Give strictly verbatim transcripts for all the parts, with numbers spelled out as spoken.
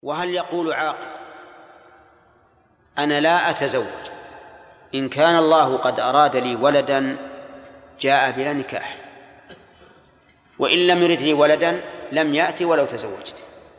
وهل يقول عاقل أنا لا أتزوج إن كان الله قد أراد لي ولدا جاء بلا نكاح، وإن لم يرد لي ولدا لم يأتي ولو تزوجت؟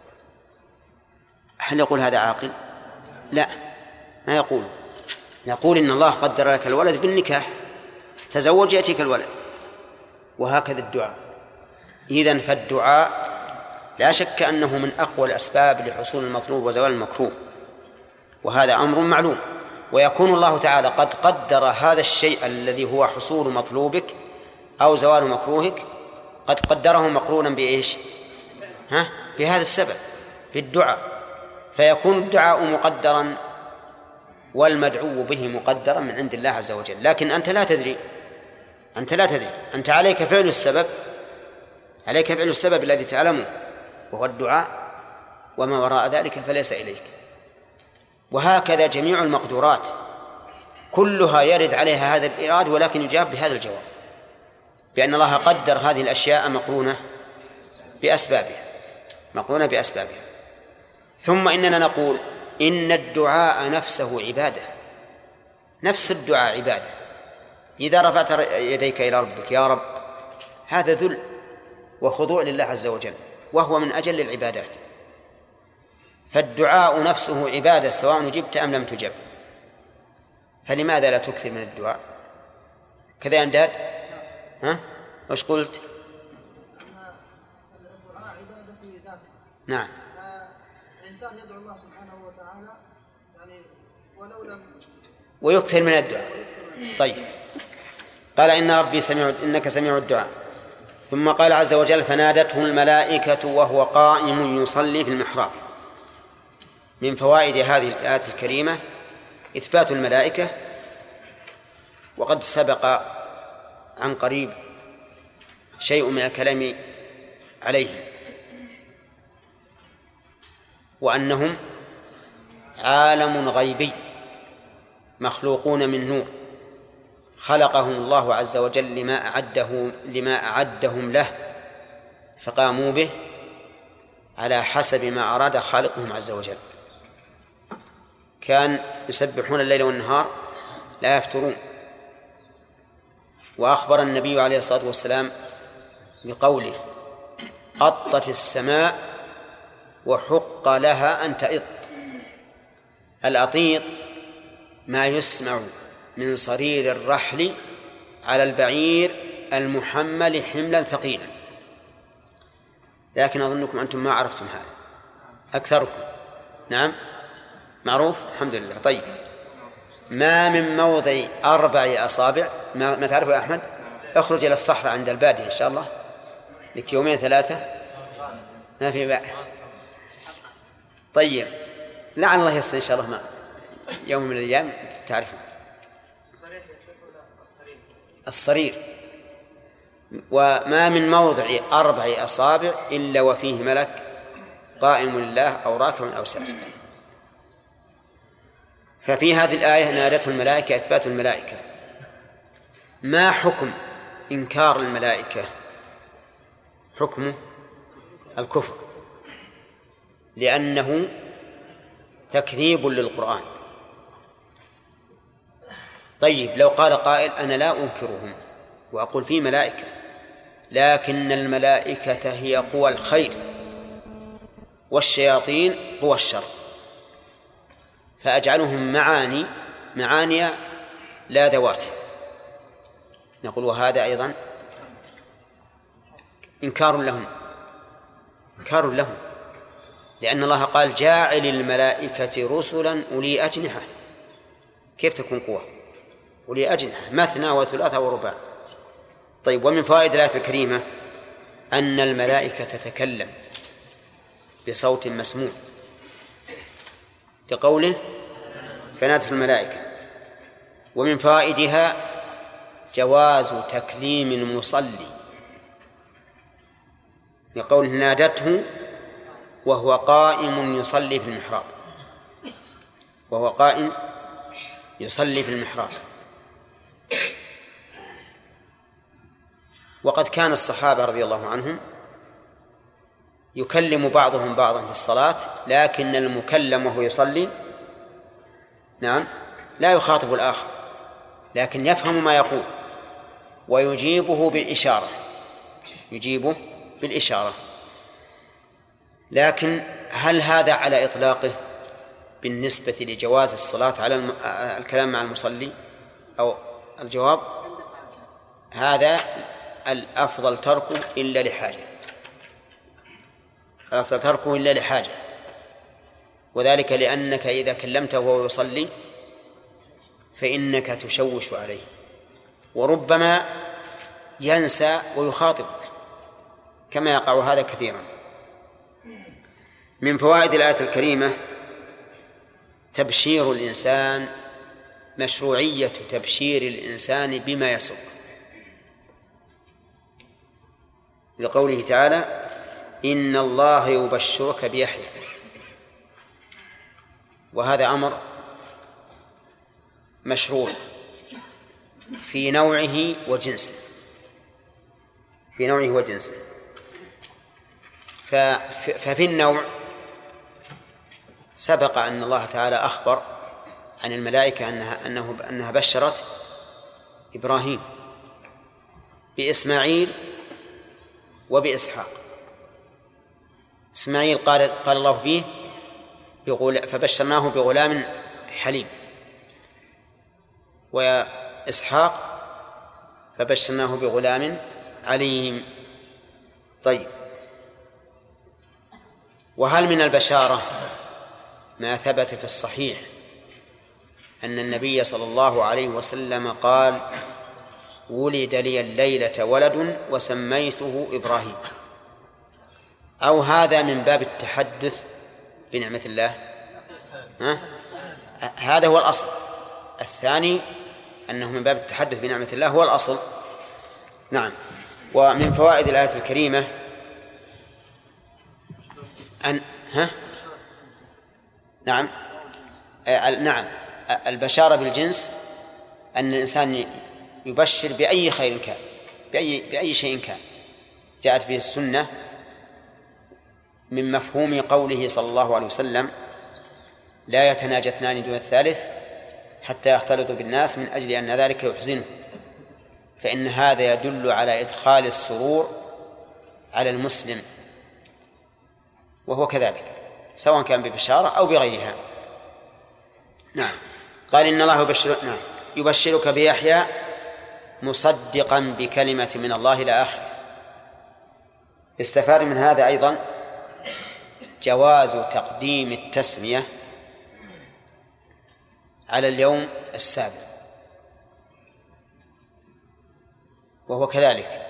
هل يقول هذا عاقل؟ لا، ما يقول. يقول إن الله قدر لك الولد بالنكاح، تزوج يأتيك الولد. وهكذا الدعاء. إذن فالدعاء لا شك أنه من أقوى الأسباب لحصول المطلوب وزوال المكروه، وهذا أمر معلوم. ويكون الله تعالى قد قدر هذا الشيء الذي هو حصول مطلوبك أو زوال مكروهك، قد قدره مقرونا بإيش؟ ها؟ بهذا السبب، بالدعاء. فيكون الدعاء مقدرا والمدعو به مقدرا من عند الله عز وجل، لكن أنت لا تدري أنت لا تدري أنت عليك فعل السبب عليك فعل السبب الذي تعلمه وهو الدعاء، وما وراء ذلك فليس إليك. وهكذا جميع المقدورات كلها يرد عليها هذا الإراد، ولكن يجاب بهذا الجواب، بأن الله قدر هذه الأشياء مقرونة بأسبابها مقرونة بأسبابها. ثم إننا نقول إن الدعاء نفسه عبادة، نفس الدعاء عبادة. إذا رفعت يديك إلى ربك يا رب، هذا ذل وخضوع لله عز وجل، وهو من أجل العبادات. فالدعاء نفسه عبادة سواء جبت أم لم تجب. فلماذا لا تكثر من الدعاء؟ كذا يا أنداد؟ ها؟ وش قلت؟ الدعاء عبادة في ذاته. نعم. الإنسان يدعو الله سبحانه وتعالى يعني ولو لم ويكثر من الدعاء. طيب، قال إن ربي سميع إنك سميع الدعاء. ثم قال عز وجل فنادته الملائكة وهو قائم يصلي في المحراب. من فوائد هذه الآيات الكريمة إثبات الملائكة، وقد سبق عن قريب شيء من الكلام عليهم، وأنهم عالم غيبي مخلوقون من نور خلقهم الله عز وجل لما أعده لما أعدهم له، فقاموا به على حسب ما أراد خالقهم عز وجل. كان يسبحون الليل والنهار لا يفترون. وأخبر النبي عليه الصلاة والسلام بقوله أطت السماء وحق لها أن تئط. الأطيط ما يسمع من صرير الرحل على البعير المحمل حملا ثقيلا، لكن أظنكم أنتم ما عرفتم هذا أكثركم. نعم معروف الحمد لله. طيب، ما من موضع أربع أصابع، ما, ما تعرفه يا أحمد؟ اخرج إلى الصحراء عند البادية إن شاء الله لك يومين ثلاثة ما في بقى. طيب، لعل الله يصل إن شاء الله ما يوم من الأيام تعرفون الصرير. وما من موضع أربع أصابع إلا وفيه ملك قائم لله أو راكع أو ساجد. ففي هذه الآية نادته الملائكة إثبات الملائكة. ما حكم إنكار الملائكة؟ حكمه الكفر، لأنه تكذيب للقرآن. طيب، لو قال قائل أنا لا أنكرهم وأقول في ملائكة، لكن الملائكة هي قوى الخير والشياطين قوى الشر، فأجعلهم معاني معاني لا ذوات، نقول وهذا أيضا إنكار لهم إنكار لهم لأن الله قال جاعل الملائكة رسلا أولي أجنحة. كيف تكون قوة أولي أجنحة؟ مثنى وثلاثة ورباع. طيب، ومن فوائد الآية الكريمة أن الملائكة تتكلم بصوت مسموع لقوله فنادت الملائكة. ومن فوائدها جواز تكليم المصلي لقوله نادته وهو قائم يصلي في المحراب وهو قائم يصلي في المحراب. وقد كان الصحابة رضي الله عنهم يكلم بعضهم بعضا في الصلاة، لكن المكلم وهو يصلي نعم لا يخاطب الآخر، لكن يفهم ما يقول ويجيبه بالإشارة، يجيبه بالإشارة. لكن هل هذا على إطلاقه بالنسبة لجواز الصلاة على الم... الكلام مع المصلي؟ أو الجواب هذا الأفضل تركه إلا لحاجة، الأفضل تركه إلا لحاجة، وذلك لأنك إذا كلمته وهو يصلي فإنك تشوش عليه، وربما ينسى ويخاطبك كما يقع هذا كثيرا. من فوائد الآية الكريمة تبشير الإنسان، مشروعية تبشير الإنسان بما يسر، لقوله تعالى إن الله يبشرك بيحيى، وهذا أمر مشروع في نوعه وجنسه، في نوعه وجنسه. ففي النوع سبق أن الله تعالى أخبر عن الملائكة أنها, أنه أنها بشرت إبراهيم بإسماعيل وبإسحاق. إسماعيل قال, قال الله به فبشرناه بغلام حليم، وإسحاق فبشرناه بغلام عليم. طيب، وهل من البشارة ما ثبت في الصحيح أن النبي صلى الله عليه وسلم قال ولد لي الليلة ولد وسميته إبراهيم؟ أو هذا من باب التحدث بنعمة الله؟ ها؟ هذا هو الأصل. الثاني أنه من باب التحدث بنعمة الله هو الأصل. نعم. ومن فوائد الآية الكريمة أن ها؟ نعم آه نعم البشارة بالجنس، أن الإنسان يبشر بأي خير كان، بأي, بأي شيء كان جاءت به السنة، من مفهوم قوله صلى الله عليه وسلم لا يتناجى اثنان دون الثالث حتى يختلطوا بالناس من أجل أن ذلك يحزنه، فإن هذا يدل على إدخال السرور على المسلم، وهو كذلك سواء كان ببشارة أو بغيرها. نعم. قال إن الله يبشر نعم يبشرك بيحيى مصدقا بكلمة من الله إلى آخره. استفاد من هذا أيضا جواز تقديم التسمية على اليوم السابع، وهو كذلك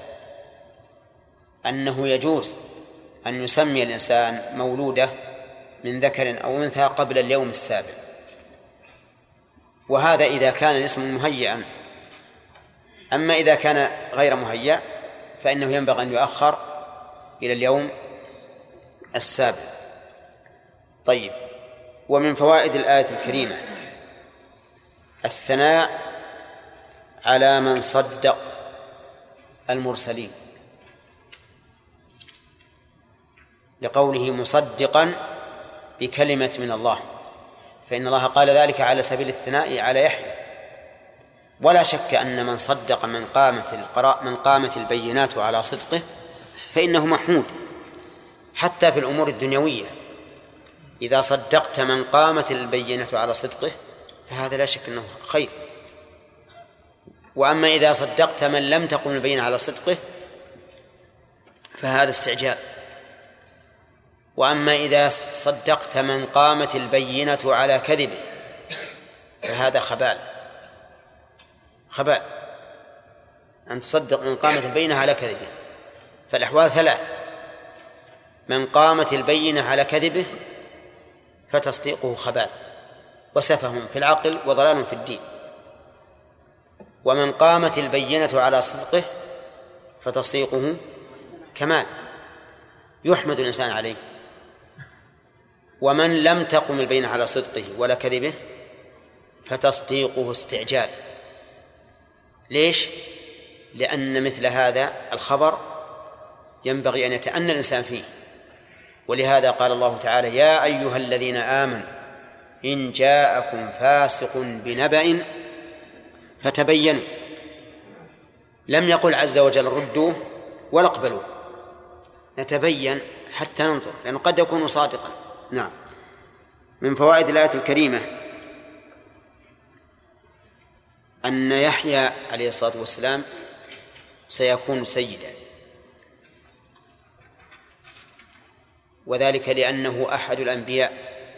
أنه يجوز أن يسمي الإنسان مولوده من ذكر أو أنثى قبل اليوم السابع، وهذا إذا كان الاسم مهيئا. أما إذا كان غير مهيأ فإنه ينبغي أن يؤخر إلى اليوم السابع. طيب، ومن فوائد الآية الكريمة الثناء على من صدق المرسلين، لقوله مصدقا بكلمة من الله، فإن الله قال ذلك على سبيل الثناء على يحيى. ولا شك أن من صدق من قامت القراء من قامت البينات على صدقه فإنه محمود حتى في الأمور الدنيوية. إذا صدقت من قامت البينة على صدقه فهذا لا شك أنه خير. وأما إذا صدقت من لم تقم البينة على صدقه فهذا استعجال. وأما إذا صدقت من قامت البينة على كذبه فهذا خبال خبال أن تصدق من قامت البينة على كذبه. فالأحوال ثلاث: من قامت البينة على كذبه فتصديقه خبال وسفه في العقل وضلال في الدين، ومن قامت البينة على صدقه فتصديقه كمال يحمد الإنسان عليه. ومن لم تقم البينة على صدقه ولا كذبه فتصديقه استعجال. ليش؟ لأن مثل هذا الخبر ينبغي أن يتأنى الإنسان فيه ولهذا قال الله تعالى: يا أيها الذين آمنوا إن جاءكم فاسق بنبأ فتبينوا. لم يقل عز وجل ردوه ولا اقبلوه، نتبين حتى ننظر، لأنه قد يكون صادقا. نعم. من فوائد الآية الكريمة أن يحيى عليه الصلاة والسلام سيكون سيدا، وذلك لأنه أحد الأنبياء،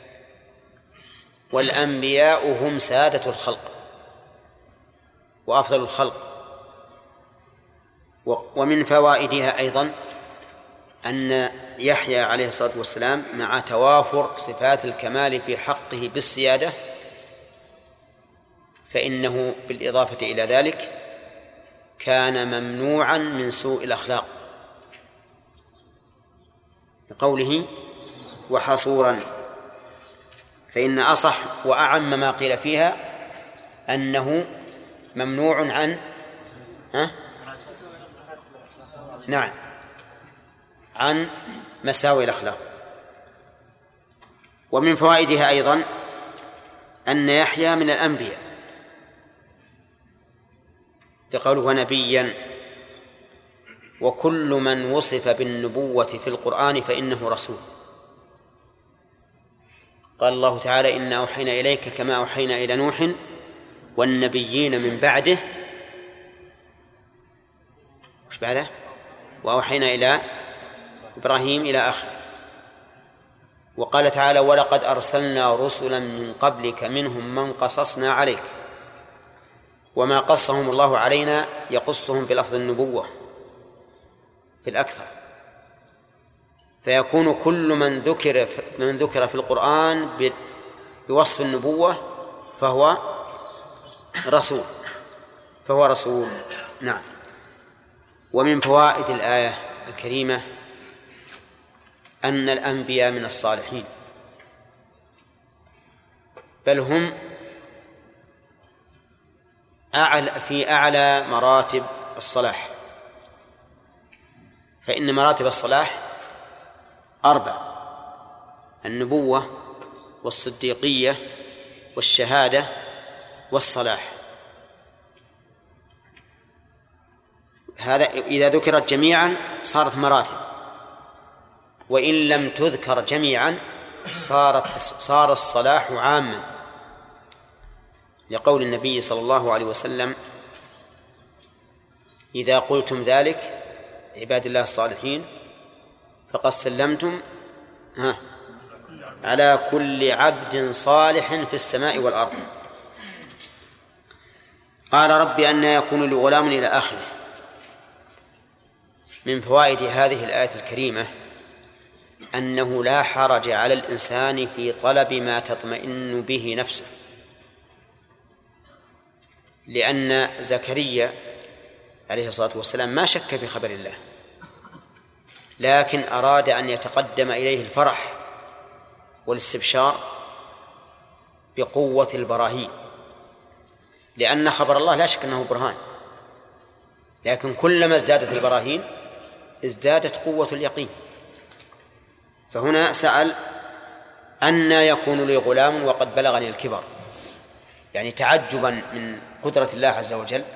والأنبياء هم سادة الخلق وأفضل الخلق. ومن فوائدها أيضا أن يحيى عليه الصلاة والسلام مع توافر صفات الكمال في حقه بالسيادة، فإنه بالإضافة إلى ذلك كان ممنوعا من سوء الأخلاق، لقوله وحصورا. فإن أصح وأعم ما قيل فيها أنه ممنوع عن ها؟ نعم عن مساوي الأخلاق. ومن فوائدها أيضا أن يحيى من الأنبياء، لقوله ونبيا، وكل من وصف بالنبوة في القرآن فإنه رسول. قال الله تعالى: إنا أوحينا إليك كما أوحينا إلى نوح والنبيين من بعده، وش بعده؟ وأوحينا إلى إبراهيم إلى آخره. وقال تعالى: ولقد أرسلنا رسلا من قبلك منهم من قصصنا عليك، وما قصهم الله علينا يقصهم بلفظ النبوة في الأكثر، فيكون كل من ذكر من ذكر في القرآن بوصف النبوة فهو رسول فهو رسول نعم. ومن فوائد الآية الكريمة أن الأنبياء من الصالحين، بل هم أعلى في أعلى مراتب الصلاح، فإن مراتب الصلاح أربع: النبوة والصديقية والشهادة والصلاح. هذا إذا ذكرت جميعا صارت مراتب، وإن لم تذكر جميعا صارت صار الصلاح عاما، لقول النبي صلى الله عليه وسلم: إذا قلتم ذلك عباد الله الصالحين فقد سلمتم ها على كل عبد صالح في السماء والأرض. قال: رب أنى يكون لي غلام إلى آخره. من فوائد هذه الآية الكريمة أنه لا حرج على الإنسان في طلب ما تطمئن به نفسه، لأن زكريا عليه الصلاة والسلام ما شك في خبر الله، لكن أراد أن يتقدم إليه الفرح والاستبشار بقوة البراهين، لأن خبر الله لا شك أنه برهان، لكن كلما ازدادت البراهين ازدادت قوة اليقين. فهنا سأل: أنى يكون لي غلام وقد بلغني الكبر، يعني تعجبا من قدرة الله عز وجل،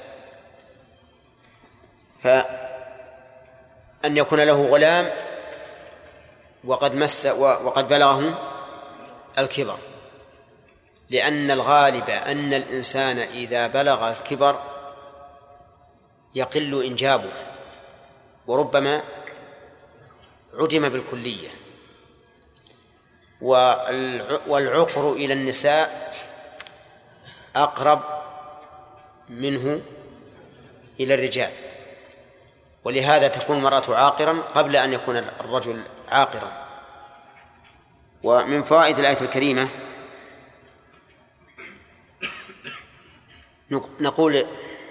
فأن يكون له غلام وقد مس وقد بلغه الكبر، لأن الغالب أن الإنسان إذا بلغ الكبر يقل إنجابه، وربما عدم بالكلية. والعقر إلى النساء أقرب منه إلى الرجال، ولهذا تكون المرأة عاقرا قبل أن يكون الرجل عاقرا. ومن فوائد الآية الكريمة نقول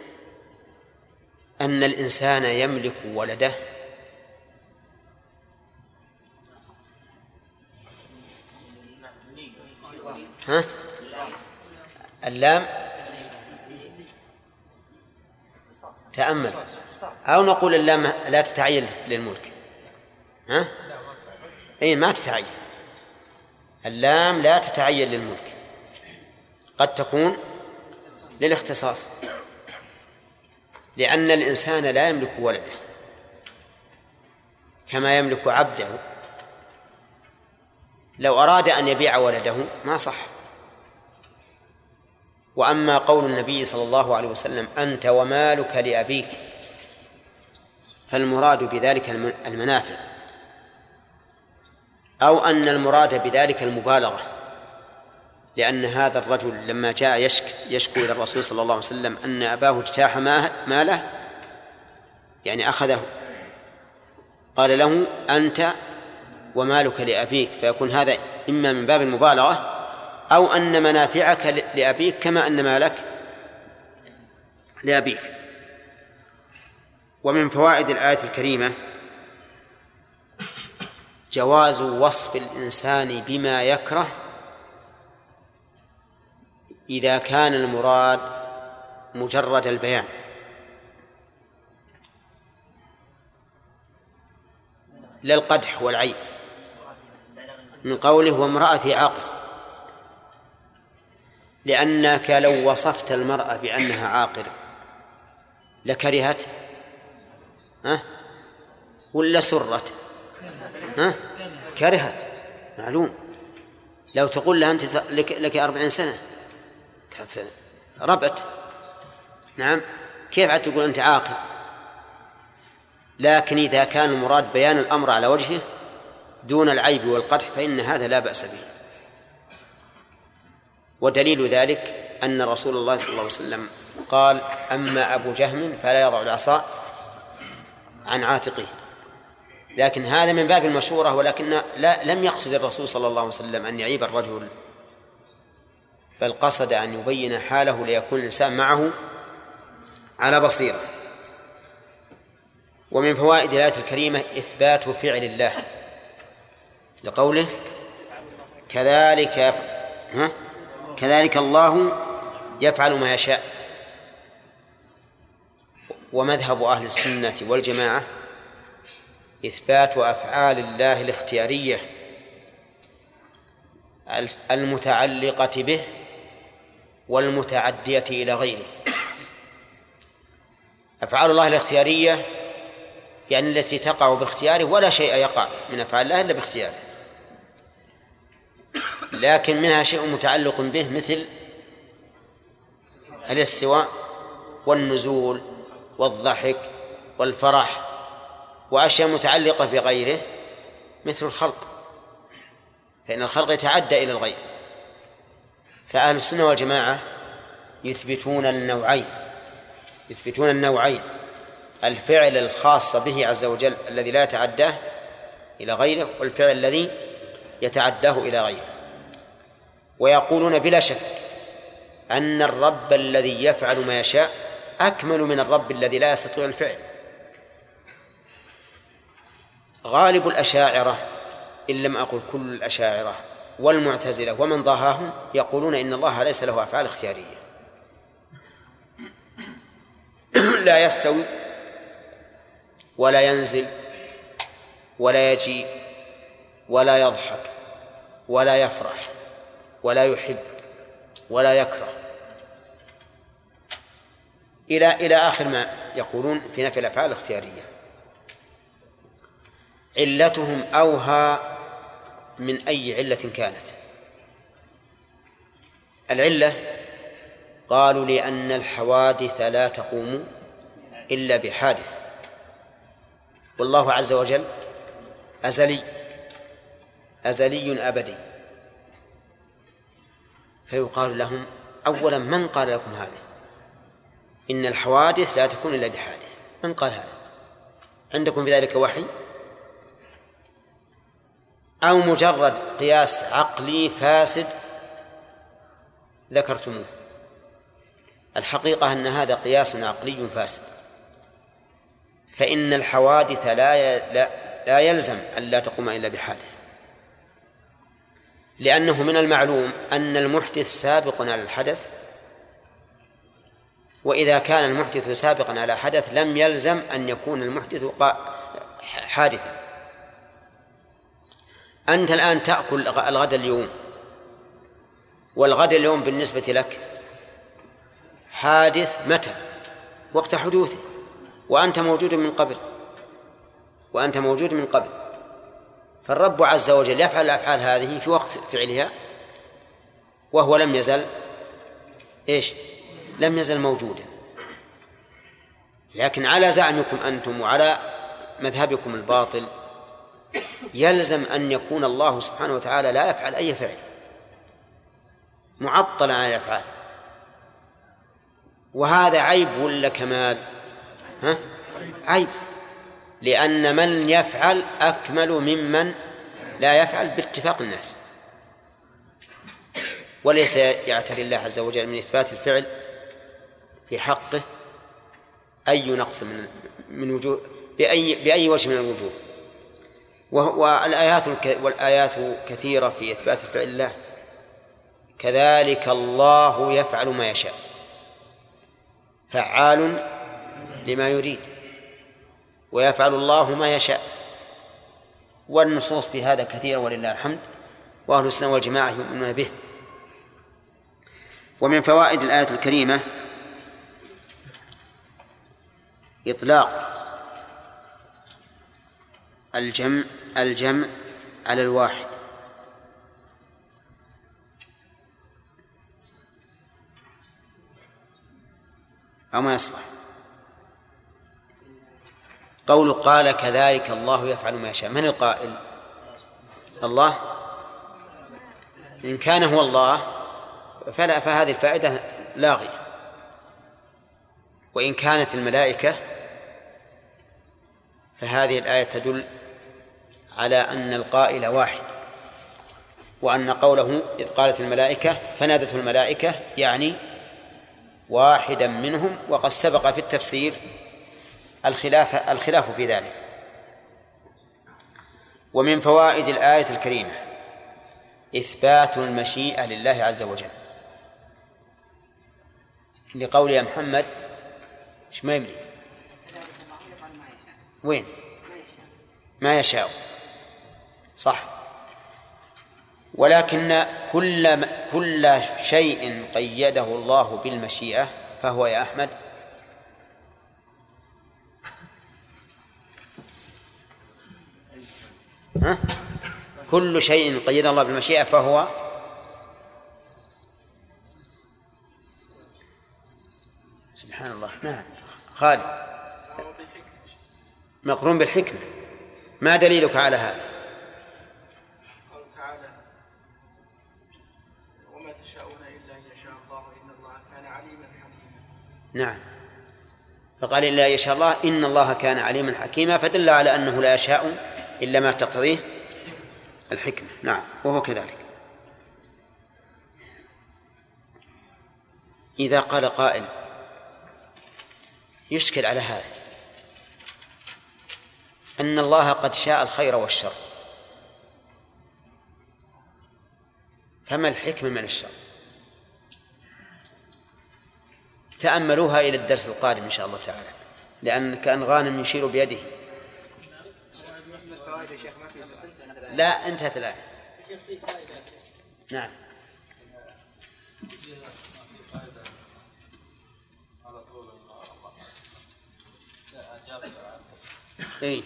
أن الإنسان يملك ولده ها؟ اللام تأمل، أو نقول اللام لا تتعين للملك ها؟ أي ما تتعين، اللام لا تتعين للملك، قد تكون للاختصاص، لأن الإنسان لا يملك ولده كما يملك عبده. لو أراد أن يبيع ولده ما صح. وأما قول النبي صلى الله عليه وسلم أنت ومالك لأبيك، فالمراد بذلك المنافع، أو أن المراد بذلك المبالغة، لأن هذا الرجل لما جاء يشكو إلى الرسول صلى الله عليه وسلم أن أباه اجتاح ماله، يعني أخذه، قال له أنت ومالك لأبيك، فيكون هذا إما من باب المبالغة أو أن منافعك لأبيك كما أن مالك لأبيك. ومن فوائد الآية الكريمة جواز وصف الإنسان بما يكره إذا كان المراد مجرد البيان، لا القدح والعيب، من قوله وامرأتي عاقر، لأنك لو وصفت المرأة بأنها عاقر لكرهت ها ولا سرت ها كرهت، معلوم. لو تقول لها أنت لك أربعين سنة ربت، نعم، كيف عاد تقول أنت عاقل؟ لكن إذا كان المراد بيان الأمر على وجهه دون العيب والقدح فإن هذا لا بأس به. ودليل ذلك أن رسول الله صلى الله عليه وسلم قال أما أبو جهم فلا يضع العصا عن عاتقه، لكن هذا من باب المشورة، ولكن لا لم يقصد الرسول صلى الله عليه وسلم أن يعيب الرجل، بل قصد أن يبين حاله ليكون الإنسان معه على بصيرة. ومن فوائد الآية الكريمة إثبات فعل الله لقوله كذلك ها كذلك الله يفعل ما يشاء. ومذهب أهل السنة والجماعة إثبات أفعال الله الاختيارية المتعلقة به والمتعدية إلى غيره. أفعال الله الاختيارية يعني التي تقع باختياره، ولا شيء يقع من أفعال الله إلا باختياره، لكن منها شيء متعلق به مثل الاستواء والنزول والضحك والفرح، وأشياء متعلقة بغيره مثل الخلق، فإن الخلق يتعدى إلى الغير. فأهل السنة والجماعة يثبتون النوعين يثبتون النوعين الفعل الخاص به عز وجل الذي لا يتعداه إلى غيره، والفعل الذي يتعداه إلى غيره. ويقولون بلا شك أن الرب الذي يفعل ما يشاء أكمل من الرب الذي لا يستطيع الفعل. غالب الأشاعرة إن لم أقل كل الأشاعرة والمعتزلة ومن ضاهاهم يقولون إن الله ليس له أفعال اختيارية، لا يستوي ولا ينزل ولا يجيء ولا يضحك ولا يفرح ولا يحب ولا يكره إلى إلى آخر ما يقولون في نفي الأفعال الاختيارية. علتهم أوهى من أي علة كانت. العلة قالوا لأن الحوادث لا تقوم إلا بحادث، والله عز وجل أزلي أزلي أبدي، فيقال لهم أولا من قال لكم هذا؟ إن الحوادث لا تكون إلا بحادث، من قال هذا؟ عندكم بذلك وحي أو مجرد قياس عقلي فاسد ذكرتموه؟ الحقيقة أن هذا قياس عقلي فاسد، فإن الحوادث لا لا لا يلزم أن لا تقوم إلا بحادث، لأنه من المعلوم أن المحدث سابق على الحدث، وإذا كان المحدث سابقا على حدث لم يلزم أن يكون المحدث حادثا. أنت الآن تأكل الغد اليوم، والغد اليوم بالنسبة لك حادث متى؟ وقت حدوثه، وأنت موجود من قبل وأنت موجود من قبل فالرب عز وجل يفعل الأفعال هذه في وقت فعلها وهو لم يزل إيش؟ لم يزل موجودا. لكن على زعمكم أنتم وعلى مذهبكم الباطل يلزم أن يكون الله سبحانه وتعالى لا يفعل أي فعل، معطل عن الأفعال، وهذا عيب ولا كمال؟ ها؟ عيب، لأن من يفعل أكمل ممن لا يفعل باتفاق الناس. وليس يعتري الله عز وجل من إثبات الفعل في حقه أي نقص من من وجوه بأي بأي وجه من الوجوه. والآيات والآيات كثيرة في إثبات الفعل الله. كذلك الله يفعل ما يشاء، فعال لما يريد، ويفعل الله ما يشاء. والنصوص في هذا كثيرة ولله الحمد، وأهل السنة والجماعة يؤمنون به. ومن فوائد الآية الكريمة إطلاق الجمع الجمع على الواحد، أو ما يصلح. قول قال كذلك الله يفعل ما يشاء، من القائل؟ الله. إن كان هو الله فلا فهذه الفائدة لاغية. وإن كانت الملائكة فهذه الآية تدل على أن القائل واحد، وأن قوله إذ قالت الملائكة فنادته الملائكة يعني واحدا منهم، وقد سبق في التفسير الخلاف الخلاف في ذلك. ومن فوائد الآية الكريمة إثبات المشيئة لله عز وجل، لقول يا محمد ايش ما يملي وين ما يشاء، صح. ولكن كل كل شيء قيده الله بالمشيئة فهو يا أحمد ها؟ كل شيء قيده الله بالمشيئة فهو سبحان الله. نعم خالد مقرون بالحكمة. ما دليلك على هذا؟ قال تعالى وما تشاءون إلا أن يشاء الله إن الله كان عليما حكيما. نعم، فقال إلا يشاء الله إن الله كان عليما حكيما، فدل على أنه لا يشاء إلا ما تقتضيه الحكمة. نعم، وهو كذلك. إذا قال قائل يشكل على هذا أن الله قد شاء الخير والشر، فما الحكمة من الشر؟ تأملوها إلى الدرس القادم إن شاء الله تعالى، لأن كأن غانم يشير بيده. لا انتهت الآية. نعم. إيه؟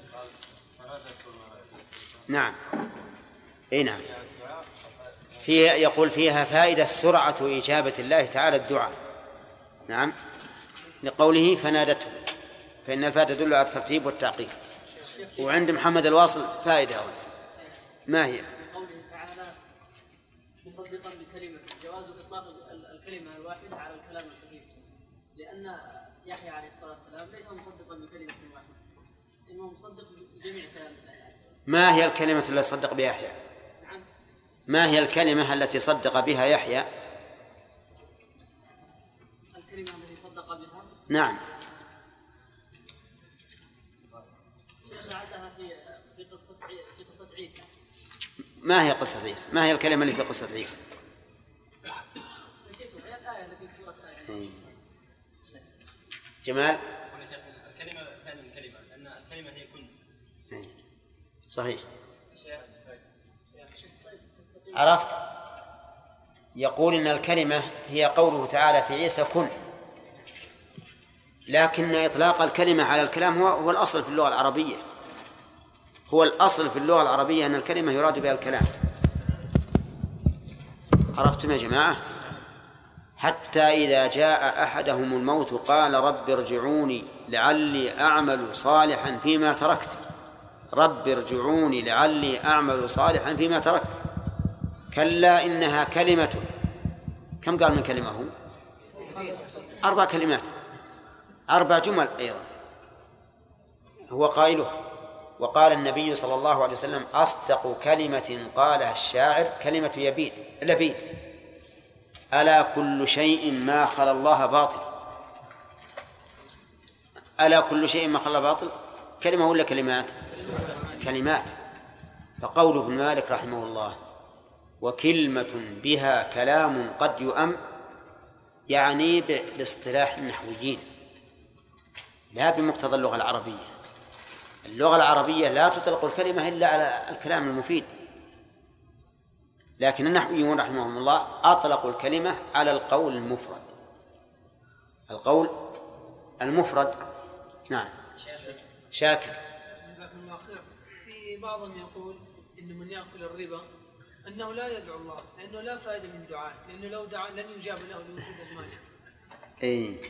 نعم. إيه نعم. فيها يقول فيها فائدة سرعة إجابة الله تعالى الدعاء. نعم، لقوله فنادته، فإن الفاء تدل على الترتيب والتعقيب. وعند محمد الواصل فائدة أولا. ما هي؟ قوله تعالى مصدقا بكلمة جواز إطلاق الكلمة الواحدة على الكلام الكثير، لأن يحيى عليه الصلاة والسلام ليس مصدقا بكلمة واحدة، إنه مصدق بجميع كلام الله. ما هي الكلمة التي صدق بها يحيى؟ نعم. ما هي الكلمة التي صدق بها يحيى؟ الكلمة التي صدق بها؟ نعم. ساعدها في في قصة في قصة عيسى. ما هي قصة عيسى؟ ما هي الكلمة اللي في قصة عيسى؟ نسيتها، هي الآية التي في سورة آية. جمال؟ الكلمة ثاني الكلمة، لأن الكلمة هي كن. صحيح. عرفت؟ يقول إن الكلمة هي قوله تعالى في عيسى كن، لكن إطلاق الكلمة على الكلام هو هو الأصل في اللغة العربية، هو الأصل في اللغة العربية أن الكلمة يراد بها الكلام. عرفتم يا جماعة؟ حتى إذا جاء أحدهم الموت قال رب ارجعوني لعلي أعمل صالحا فيما تركت، رب ارجعوني لعلي أعمل صالحا فيما تركت، كلا إنها كلمة. كم قال من كلمة هو؟ أربع كلمات، أربع جمل أيضا هو قائله. وقال النبي صلى الله عليه وسلم أصدق كلمة قالها الشاعر كلمة يبيد لبيد، ألا كل شيء ما خلا الله باطل. ألا كل شيء ما خلا باطل كلمة ولا كلمات؟ كلمات. فقول ابن مالك رحمه الله وكلمة بها كلام قد يؤم، يعني باصطلاح النحويين لا بمقتضى اللغة العربية. اللغة العربية لا تطلق الكلمة إلا على الكلام المفيد، لكن النحويون رحمهم الله أطلقوا الكلمة على القول المفرد، القول المفرد. نعم شاكر. جزاكم الله خير. في بعضهم يقول إن من يأكل الربا أنه لا يدعو الله لأنه لا فائدة من دعائه، لأنه لو دعا لن يجاب له لوجود المال. أي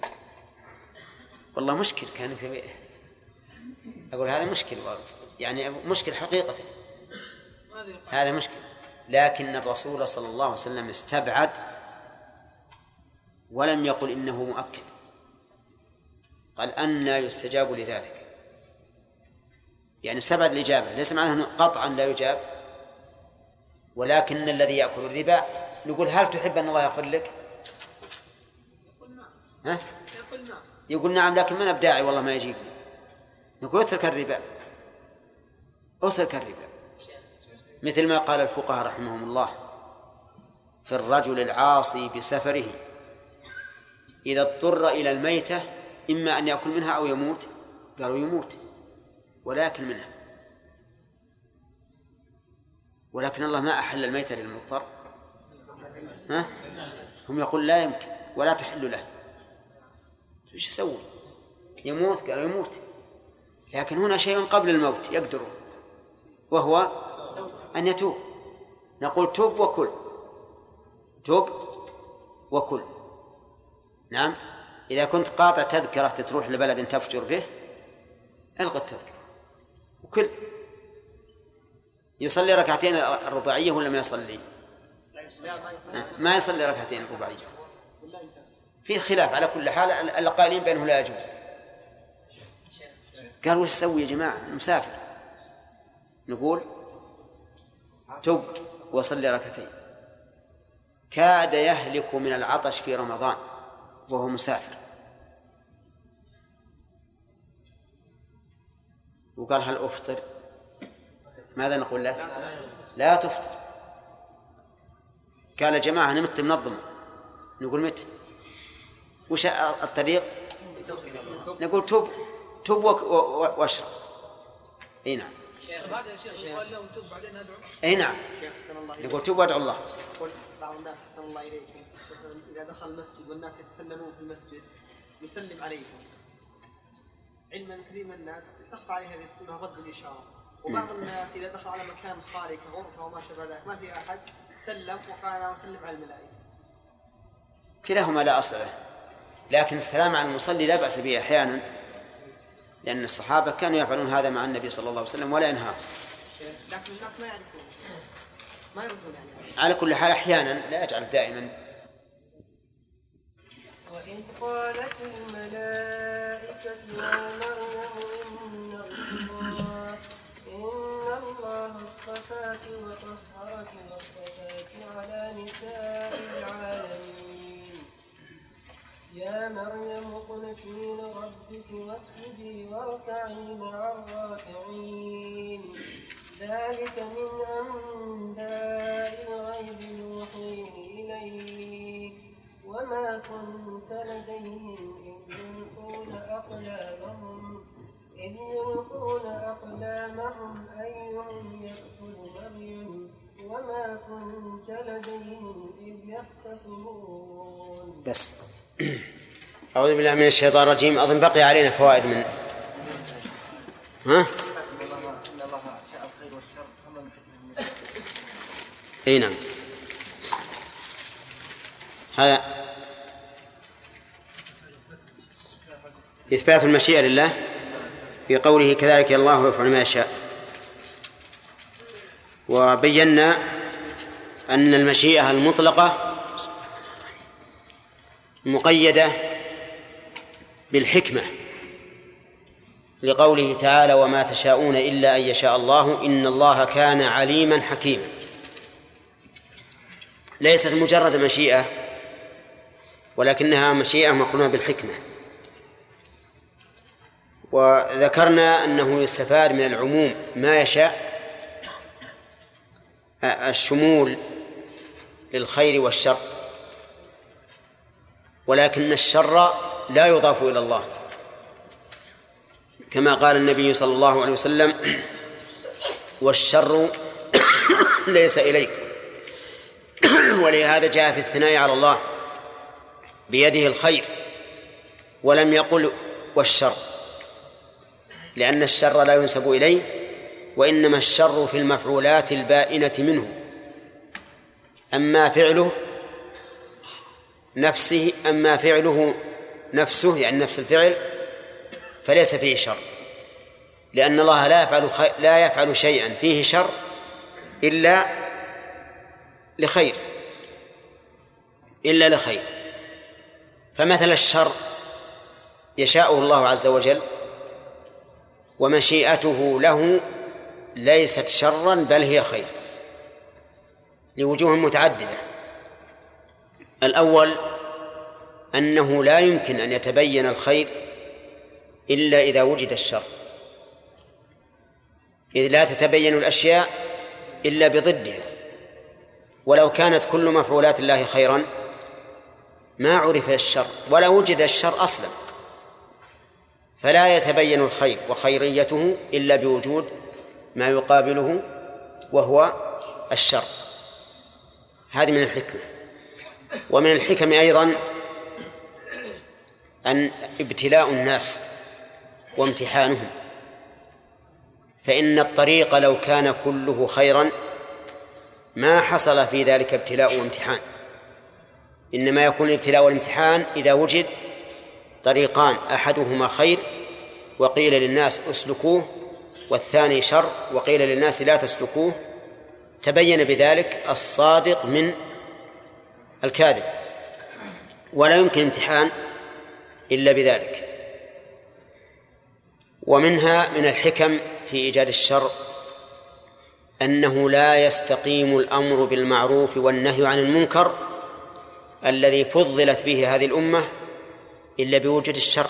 والله مشكل، كان أقول هذا مشكل، يعني مشكل حقيقة، هذا مشكل. لكن الرسول صلى الله عليه وسلم استبعد ولم يقل إنه مؤكد، قال أن يستجاب لذلك، يعني استبعد الإجابة، ليس معناه أنه قطعا لا يجاب، ولكن الذي يأكل الربا نقول هل تحب أن الله يغفر لك؟ يقول نعم. ها؟ سيقول نعم. يقول نعم لكن من أبداعي والله ما يجيبني. نقول اترك الربا، اترك الربا، مثل ما قال الفقهاء رحمهم الله في الرجل العاصي بسفره إذا اضطر إلى الميتة إما أن يأكل منها أو يموت، قالوا يموت ولكن منها، ولكن الله ما أحل الميتة للمضطر. ها؟ هم يقول لا يمكن ولا تحل له، ايش يسوي؟ يموت؟ قالوا يموت، لكن هنا شيء قبل الموت يقدر، وهو أن يتوب. نقول توب وكل، توب وكل. نعم، إذا كنت قاطع تذكرة تروح لبلد تفجر به الغى التذكرة وكل. يصلي ركعتين الرباعية ولا ما يصلي؟ ما يصلي ركعتين الرباعية، في خلاف على كل حال. القائلين بأنه لا يجوز. قال وش سوي يا جماعة؟ مسافر. نقول توب وصلي ركعتين. كاد يهلك من العطش في رمضان وهو مسافر، وقال هل أفطر؟ ماذا نقول له؟ لا تفطر. قال يا جماعة أنا مت منظمة. نقول مت، وش الطريق؟ نقول توب، توب واشرب. اي نعم. هذا يا شيخ يقول له توب بعدين ادعو. اي نعم، نقول توب وادعو الله. يقول بعض الناس أحسن الله إليكم إذا دخل المسجد والناس يتسلمون في المسجد يسلم عليهم، علما كثير من الناس تخفى عليه هذه السنة رد الإشارة، وبعض الناس إذا دخل على مكان خارج غرفة وما شابه ذلك ما في أحد سلم وقال أنا أسلم على الملائكة. كلاهما لا أصل له، لكن السلام على المصلي لا بأس به أحيانا، لأن الصحابة كانوا يفعلون هذا مع النبي صلى الله عليه وسلم ولا ينهى. لكن الناس ما يعرفون ما يردون يعني. على كل حال أحيانا لا يجعل دائما. وإذ قالت الملائكة يا مريم إن الله إن الله اصطفاك وطهرك واصطفاك على نساء العالمين يا مريم اقنتي لربك واسجدي واركعي مع الراكعين ذلك من أنباء الغيب نوحيه إليك وما كنت لديهم إذ يلقون أقلامهم إذ يلقون أقلامهم أيهم يكفل مريم وما كنت إذ يختصمون. بس أعوذ بالله من الشيطان الرجيم. أظن بقي علينا فوائد من ها؟ أي نعم. هذا إثبات المشيئة لله في قوله كذلك الله يفعل ما يشاء. وبينا أن المشيئة المطلقة مقيدة بالحكمة لقوله تعالى وما تشاءون إلا أن يشاء الله إن الله كان عليما حكيما. ليست مجرد مشيئة ولكنها مشيئة مقرونة بالحكمة. وذكرنا أنه يستفاد من العموم ما يشاء الشمول للخير والشر، ولكن الشر لا يضاف إلى الله كما قال النبي صلى الله عليه وسلم والشر ليس إليك. ولهذا جاء في الثناء على الله بيده الخير ولم يقل والشر، لأن الشر لا ينسب إليه، وإنما الشر في المفعولات البائنة منه. أما فعله نفسه أما فعله نفسه يعني نفس الفعل فليس فيه شر، لأن الله لا يفعل خي... لا يفعل شيئا فيه شر إلا لخير إلا لخير. فمثل الشر يشاءه الله عز وجل ومشيئته له ليست شرا بل هي خير لوجوه متعددة. الأول أنه لا يمكن أن يتبين الخير إلا إذا وجد الشر، إذ لا تتبين الأشياء إلا بضدها. ولو كانت كل مفعولات الله خيرا ما عرف الشر ولا وجد الشر أصلا، فلا يتبين الخير وخيريته إلا بوجود ما يقابله وهو الشر. هذه من الحكمة. ومن الحكم أيضا أن ابتلاء الناس وامتحانهم، فإن الطريق لو كان كله خيرا ما حصل في ذلك ابتلاء وامتحان، إنما يكون الابتلاء والامتحان إذا وجد طريقان أحدهما خير وقيل للناس اسلكوه والثاني شر وقيل للناس لا تسلكوه، تبين بذلك الصادق من الكاذب، ولا يمكن امتحان إلا بذلك. ومنها من الحكم في إيجاد الشر أنه لا يستقيم الأمر بالمعروف والنهي عن المنكر الذي فضلت به هذه الأمة إلا بوجود الشر،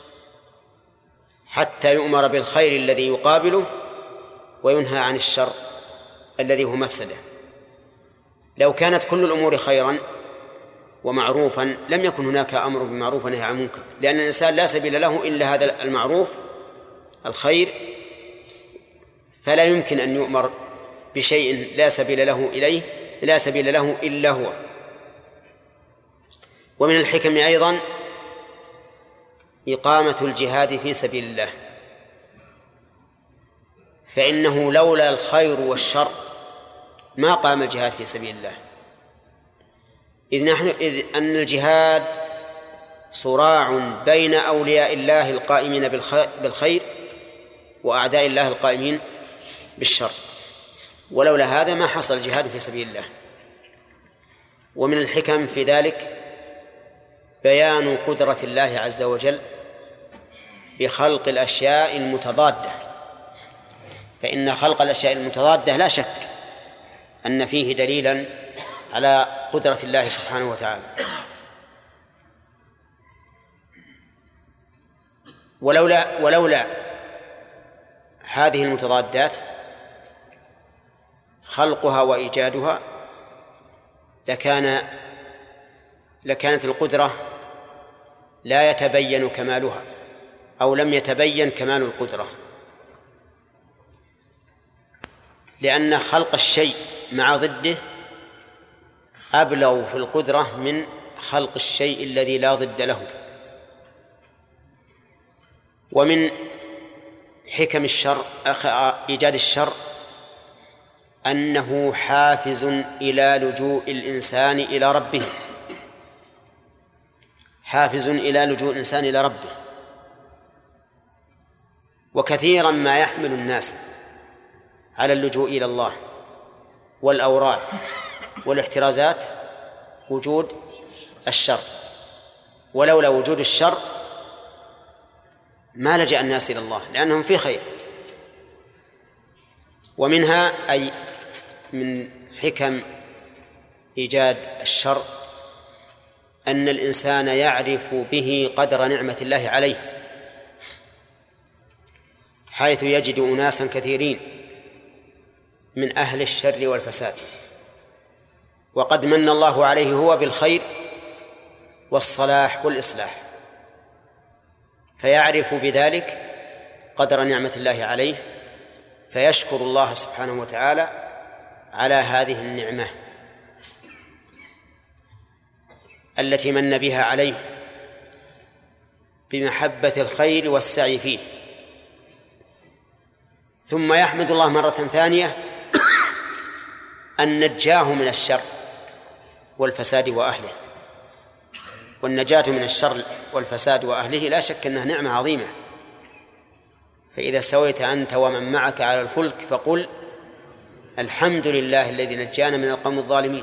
حتى يؤمر بالخير الذي يقابله وينهى عن الشر الذي هو مفسده. لو كانت كل الأمور خيرا ومعروفا لم يكن هناك أمر بالمعروف ونهي عن المنكر، لأن الإنسان لا سبيل له إلا هذا المعروف الخير، فلا يمكن أن يؤمر بشيء لا سبيل له إليه لا سبيل له إلا هو. ومن الحكم أيضا إقامة الجهاد في سبيل الله، فإنه لولا الخير والشر ما قام الجهاد في سبيل الله، إذ نحن إذ أن الجهاد صراع بين أولياء الله القائمين بالخير وأعداء الله القائمين بالشر، ولولا هذا ما حصل الجهاد في سبيل الله. ومن الحكم في ذلك بيان قدرة الله عز وجل بخلق الأشياء المتضادة، فإن خلق الأشياء المتضادة لا شك أن فيه دليلا على قدرة الله سبحانه وتعالى. ولولا ولولا هذه المتضادات خلقها وإيجادها لكان لكانت القدرة لا يتبين كمالها أو لم يتبين كمال القدرة، لأن خلق الشيء مع ضده أبلغ في القدرة من خلق الشيء الذي لا ضد له. ومن حكم الشر إيجاد الشر أنه حافز إلى لجوء الإنسان إلى ربه، حافز إلى لجوء الإنسان إلى ربه. وكثيرا ما يحمل الناس على اللجوء إلى الله والأوراد والاحترازات وجود الشر، ولولا وجود الشر ما لجأ الناس إلى الله لأنهم في خير. ومنها أي من حكم إيجاد الشر أن الإنسان يعرف به قدر نعمة الله عليه، حيث يجد أناسا كثيرين من أهل الشر والفساد وقد من الله عليه هو بالخير والصلاح والإصلاح، فيعرف بذلك قدر نعمة الله عليه فيشكر الله سبحانه وتعالى على هذه النعمة التي من بها عليه بمحبة الخير والسعي فيه، ثم يحمد الله مرة ثانية أن نجاه من الشر والفساد وأهله. والنجاة من الشر والفساد وأهله لا شك أنها نعمة عظيمة. فإذا استويت أنت ومن معك على الفلك فقل الحمد لله الذي نجانا من القوم الظالمين.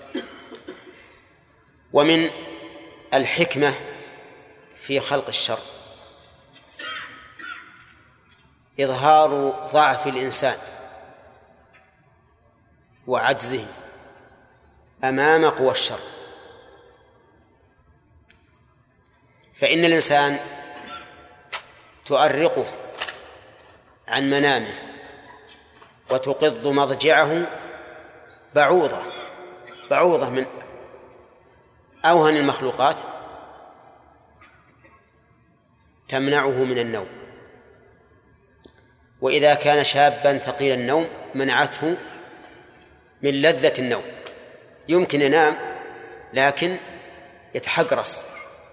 ومن الحكمة في خلق الشر إظهار ضعف الإنسان وعجزه أمام قوى الشر. فإن الإنسان تؤرقه عن منامه وتقض مضجعه بعوضة بعوضة من أوهن المخلوقات تمنعه من النوم، وإذا كان شابا ثقيل النوم منعته من لذة النوم، يمكن ينام لكن يتحقرص،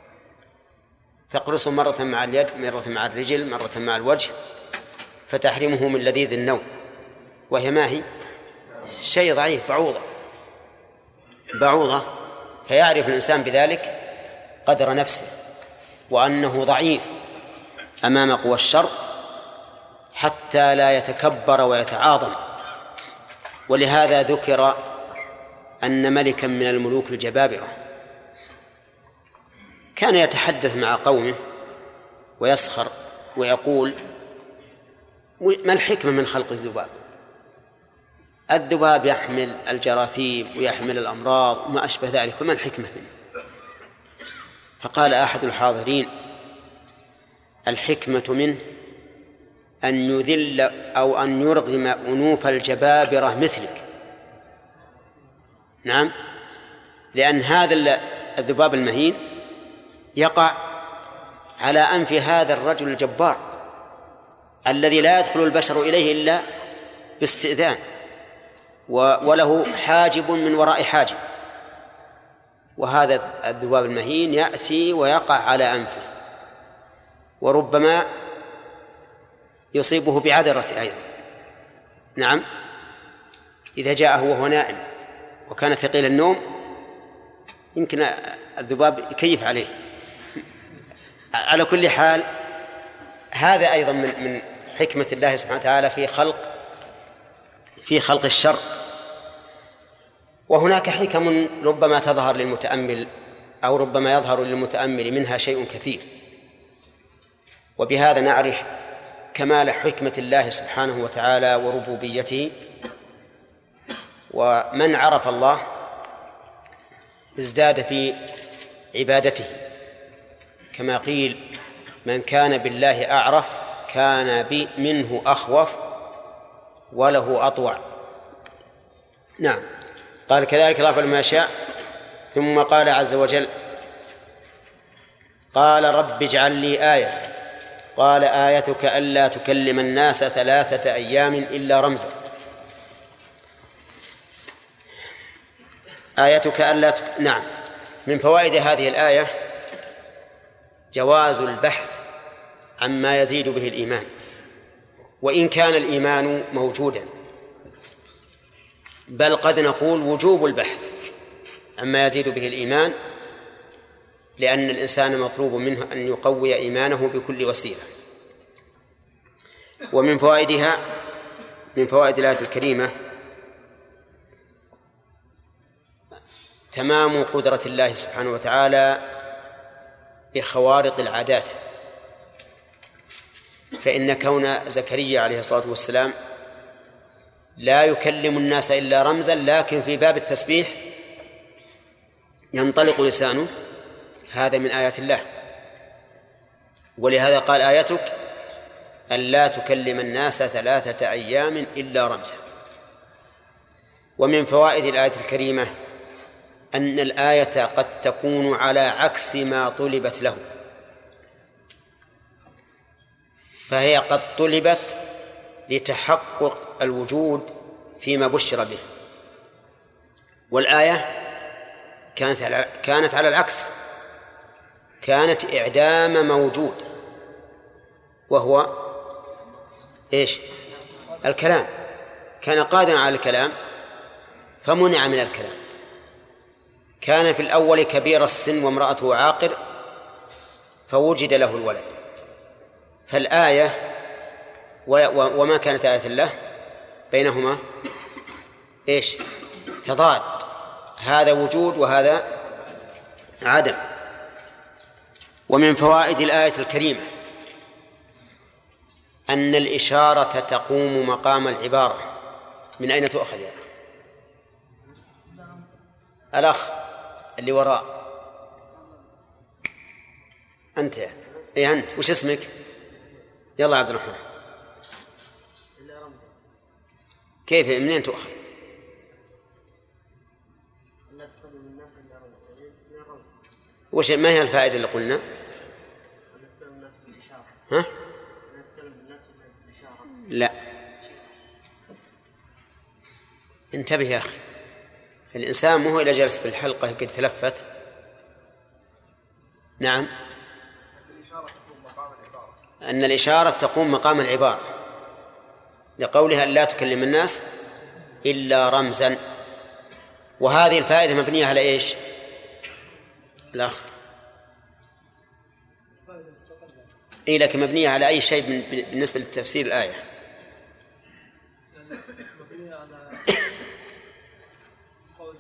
تقرص مرة مع اليد مرة مع الرجل مرة مع الوجه فتحرمه من لذيذ النوم، وهي ما هي شيء ضعيف بعوضة بعوضة فيعرف الإنسان بذلك قدر نفسه وأنه ضعيف أمام قوى الشر حتى لا يتكبر ويتعاظم. ولهذا ذكر أن ملكا من الملوك الجبابرة كان يتحدث مع قومه ويسخر ويقول ما الحكمة من خلق الذباب؟ الذباب يحمل الجراثيم ويحمل الأمراض وما أشبه ذلك، فما الحكمة منه؟ فقال أحد الحاضرين الحكمة منه أن يذل أو أن يرغم أنوف الجبابرة مثلك. نعم، لأن هذا الذباب المهين يقع على أنف هذا الرجل الجبار الذي لا يدخل البشر إليه إلا باستئذان وله حاجب من وراء حاجب، وهذا الذباب المهين يأتي ويقع على أنفه وربما يصيبه بعذرة أيضا. نعم، إذا جاءه وهو نائم وكان ثقيل النوم يمكن الذباب يكيف عليه. على كل حال هذا أيضا من من حكمة الله سبحانه وتعالى في خلق في خلق الشر. وهناك حكم ربما تظهر للمتأمل أو ربما يظهر للمتأمل منها شيء كثير، وبهذا نعرف كمال حكمة الله سبحانه وتعالى وربوبيته. ومن عرف الله ازداد في عبادته، كما قيل من كان بالله أعرف كان بي منه أخوف وله أطوع. نعم، قال كذلك الله فعل ما يشاء. ثم قال عز وجل قال رب اجعل لي آية قال آيتك ألا تكلم الناس ثلاثة أيام إلا رمزا. آيتك ألا تك... نعم، من فوائد هذه الآية جواز البحث عما يزيد به الإيمان، وإن كان الإيمان موجودا، بل قد نقول وجوب البحث عما يزيد به الإيمان، لأن الإنسان مطلوب منه أن يقوي إيمانه بكل وسيلة. ومن فوائدها من فوائد الآية الكريمة تمام قدرة الله سبحانه وتعالى بخوارق العادات، فإن كون زكريا عليه الصلاة والسلام لا يكلم الناس إلا رمزا، لكن في باب التسبيح ينطلق لسانه، هذا من آيات الله. ولهذا قال آيتك ألا تكلم الناس ثلاثة أيام إلا رمزا. ومن فوائد الآية الكريمة أن الآية قد تكون على عكس ما طلبت له، فهي قد طلبت لتحقق الوجود فيما بشر به، والآية كانت على كانت على العكس، كانت إعدام موجود وهو إيش؟ الكلام. كان قادرا على الكلام فمنع من الكلام. كان في الأول كبير السن وامرأته عاقر فوجد له الولد. فالآية وما كانت آية الله بينهما إيش؟ تضاد، هذا وجود وهذا عدم. ومن فوائد الآية الكريمة أن الإشارة تقوم مقام العبارة. من أين تؤخذ يا الأخ اللي وراء؟ أنت إيه أنت وش اسمك؟ يلا عبد الرحمن. كيف منين تؤخذ؟ وش ما هي الفائدة اللي قلنا؟ ها؟ لا، انتبه يا أخي، الإنسان مو هو إلى جالس في الحلقة قد تلفت. نعم، أن الإشارة تقوم مقام العبارة لقولها لا تكلم الناس إلا رمزا. وهذه الفائدة مبنية على إيش؟ الأخ إيه، لكن مبنية على أي شيء بالنسبة لتفسير الآية؟ مبنية على قوله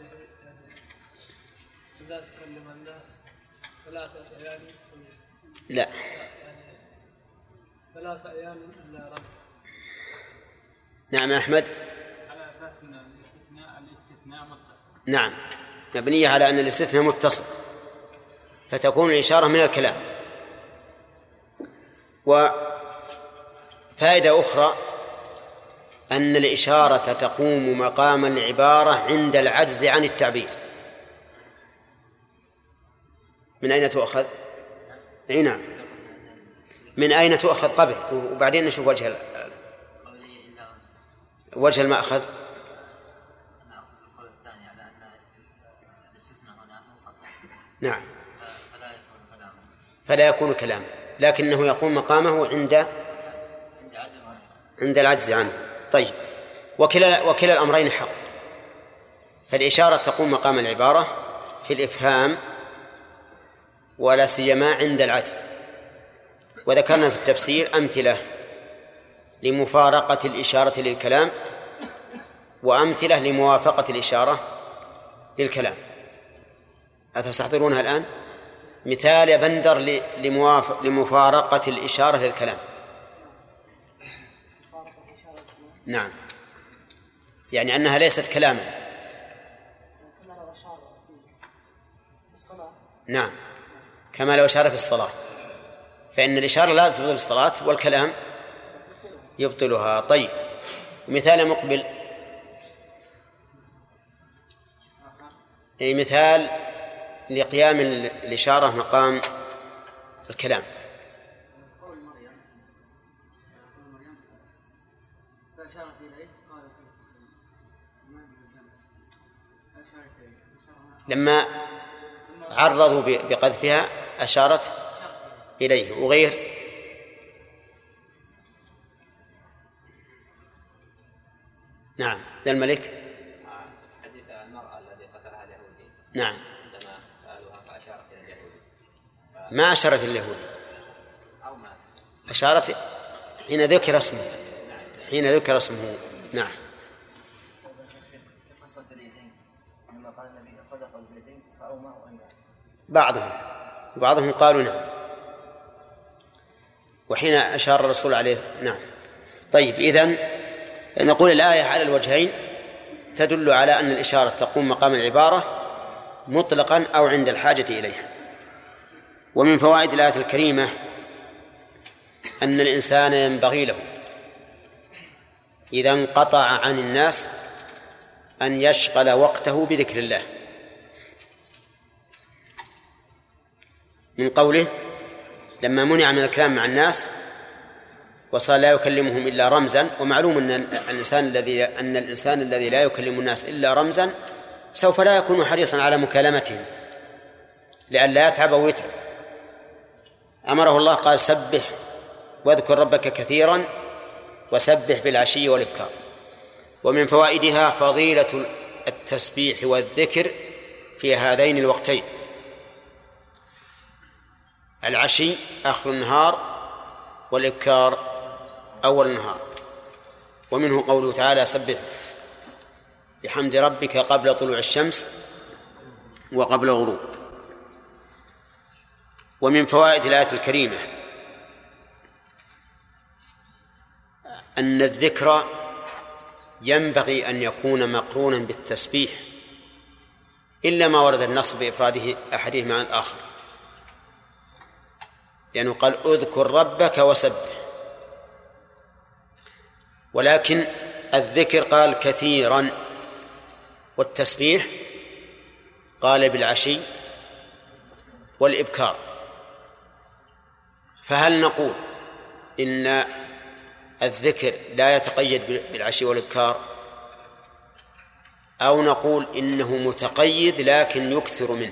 لا تكلم الناس ثلاثة أيام سنين. لا، يعني ثلاثة أيام إلا رمز. نعم يا أحمد. على أساس أن الاستثناء الاستثناء متصل. نعم، مبنية على أن الاستثناء متصل فتكون الإشارة من الكلام. وفائدة أخرى أن الإشارة تقوم مقام العبارة عند العجز عن التعبير. من أين تؤخذ؟ أي نعم، من أين تؤخذ قبل وبعدين نشوف وجه وجه المأخذ. نعم، فلا يكون كلاما، لكنه يقوم مقامه عند عند العجز عنه. طيب، وكلا وكلا الأمرين حق، فالإشارة تقوم مقام العبارة في الإفهام ولا سيما عند العجز. وذكرنا في التفسير أمثلة لمفارقة الإشارة للكلام وأمثلة لموافقة الإشارة للكلام. أتستحضرونها الآن؟ مثال يا بندر لمفارقة الإشارة للكلام. نعم، يعني أنها ليست كلاما. نعم، كما لو أشار في الصلاة، فإن الإشارة لا تبطل الصلاة والكلام يبطلها. طيب، مثال مقبل، أي مثال لقيام الإشارة مقام الكلام. قول مريم مريم فأشارت إليه قال ما أشارت إليه لما عرضوا بقذفها أشارت إليه. وغير نعم للملك حديث المرأة الذي قتلها اليهودي نعم عندما سألوها فأشارت إلى اليهودي ما أشارت اليهودي أو ما أشارت حين ذكر اسمه حين ذكر اسمه نعم. بعضهم بعضهم قالوا نعم وحين أشار الرسول عليه نعم. طيب إذن نقول الآية على الوجهين تدل على أن الإشارة تقوم مقام العبارة مطلقا أو عند الحاجة إليها. ومن فوائد الآية الكريمة أن الإنسان ينبغي له إذا انقطع عن الناس أن يشغل وقته بذكر الله، من قوله لما منع من الكلام مع الناس وصار لا يكلمهم إلا رمزا. ومعلوم أن الإنسان الذي أن الإنسان الذي لا يكلم الناس إلا رمزا سوف لا يكون حريصا على مكالمتهم لئلا يتعب ويتعب. أمره الله قال سبح واذكر ربك كثيرا وسبح بالعشي والإبكار. ومن فوائدها فضيلة التسبيح والذكر في هذين الوقتين، العشي آخر النهار والإبكار أول النهار. ومنه قوله تعالى سبح بحمد ربك قبل طلوع الشمس وقبل الغروب. ومن فوائد الآية الكريمة أن الذكر ينبغي أن يكون مقرونا بالتسبيح إلا ما ورد النص بإفراده أحدهما عن الآخر، لأنه قال اذكر ربك وسبح. ولكن الذكر قال كثيرا والتسبيح قال بالعشي والإبكار. فهل نقول إن الذكر لا يتقيد بالعشي والإبكار أو نقول إنه متقيد لكن يكثر منه؟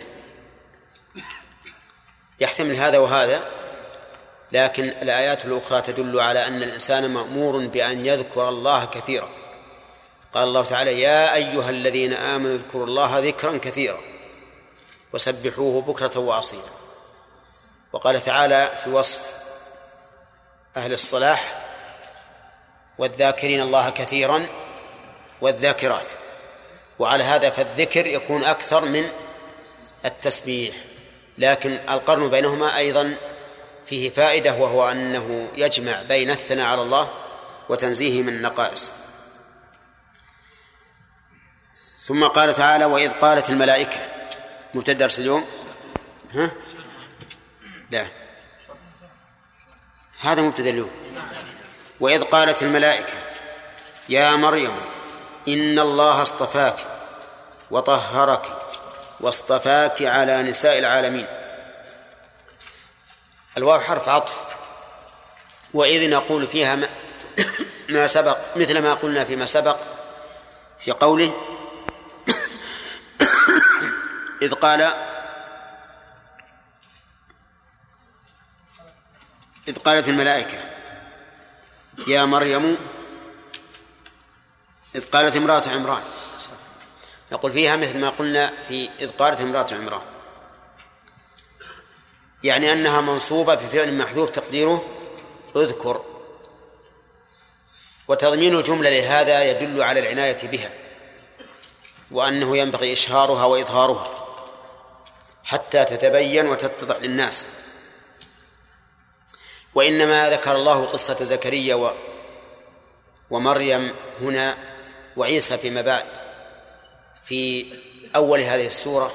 يحتمل هذا وهذا، لكن الآيات الأخرى تدل على أن الإنسان مأمور بأن يذكر الله كثيرا. قال الله تعالى يا أيها الذين آمنوا اذكروا الله ذكرا كثيرا وسبحوه بكرة وأصيلا. وقال تعالى في وصف أهل الصلاح والذاكرين الله كثيرا والذاكرات. وعلى هذا فالذكر يكون أكثر من التسبيح، لكن القرن بينهما أيضا فيه فائدة، وهو أنه يجمع بين الثناء على الله وتنزيه من النقائص. ثم قال تعالى وإذ قالت الملائكة مبتدأ درس اليوم ها؟ لا هذا مبتدأ اليوم. وإذ قالت الملائكة يا مريم إن الله اصطفاك وطهرك واصطفاك على نساء العالمين. الواو حرف عطف، وإذ نقول فيها ما, ما سبق مثل ما قلنا فيما سبق في قوله إذ قال إذ قالت الملائكة يا مريم إذ قالت امرأة عمران، نقول فيها مثل ما قلنا في إذ قالت امرأة عمران، يعني أنها منصوبة في فعل محذوف تقديره اذكر. وتضمين الجملة لهذا يدل على العناية بها وأنه ينبغي إشهارها وإظهارها حتى تتبين وتتضح للناس. وإنما ذكر الله قصة زكريا و... ومريم هنا وعيسى فيما بعد في أول هذه السورة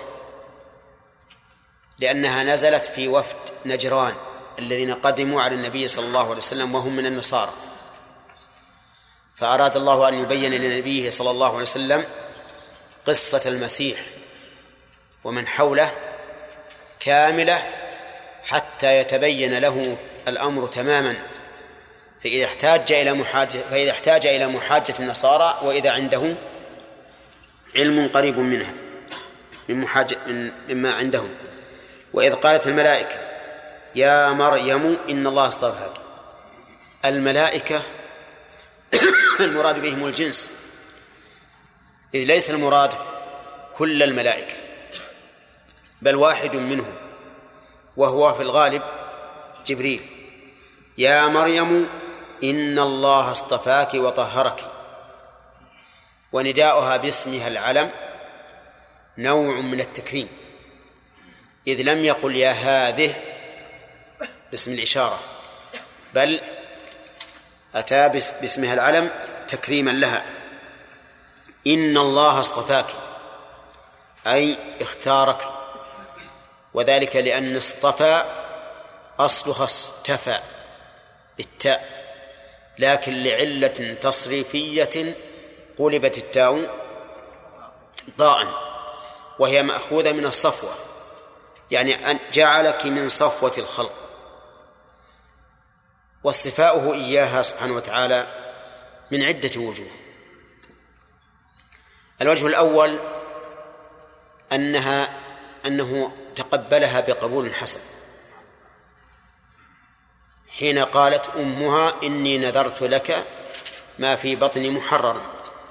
لأنها نزلت في وفد نجران الذين قدموا على النبي صلى الله عليه وسلم وهم من النصارى، فأراد الله أن يبين لنبيه صلى الله عليه وسلم قصة المسيح ومن حوله كاملة حتى يتبين له الأمر تماما، فإذا احتاج إلى محاجة فإذا احتاج إلى محاجة النصارى وإذا عنده علم قريب منها. من محاج... من... مما عندهم. وإذ قالت الملائكة يا مريم إن الله اصطفاك. الملائكة المراد بهم الجنس، إذ ليس المراد كل الملائكة، بل واحد منهم وهو في الغالب جبريل. يا مريم إن الله اصطفاك وطهرك. ونداؤها باسمها العلم نوع من التكريم، إذ لم يقل يا هذه باسم الإشارة، بل أتى باسمها العلم تكريما لها. إن الله اصطفاك أي اختارك، وذلك لأن اصطفى أصلها اصطفى بالتاء، لكن لعلة تصريفية قلبت التاء ضاء، وهي مأخوذة من الصفوة، يعني أن جعلك من صفوة الخلق. واصطفاؤه إياها سبحانه وتعالى من عدة وجوه. الوجه الأول أنها أنه تقبلها بقبول حسن، حين قالت أمها إني نذرت لك ما في بطني محررا،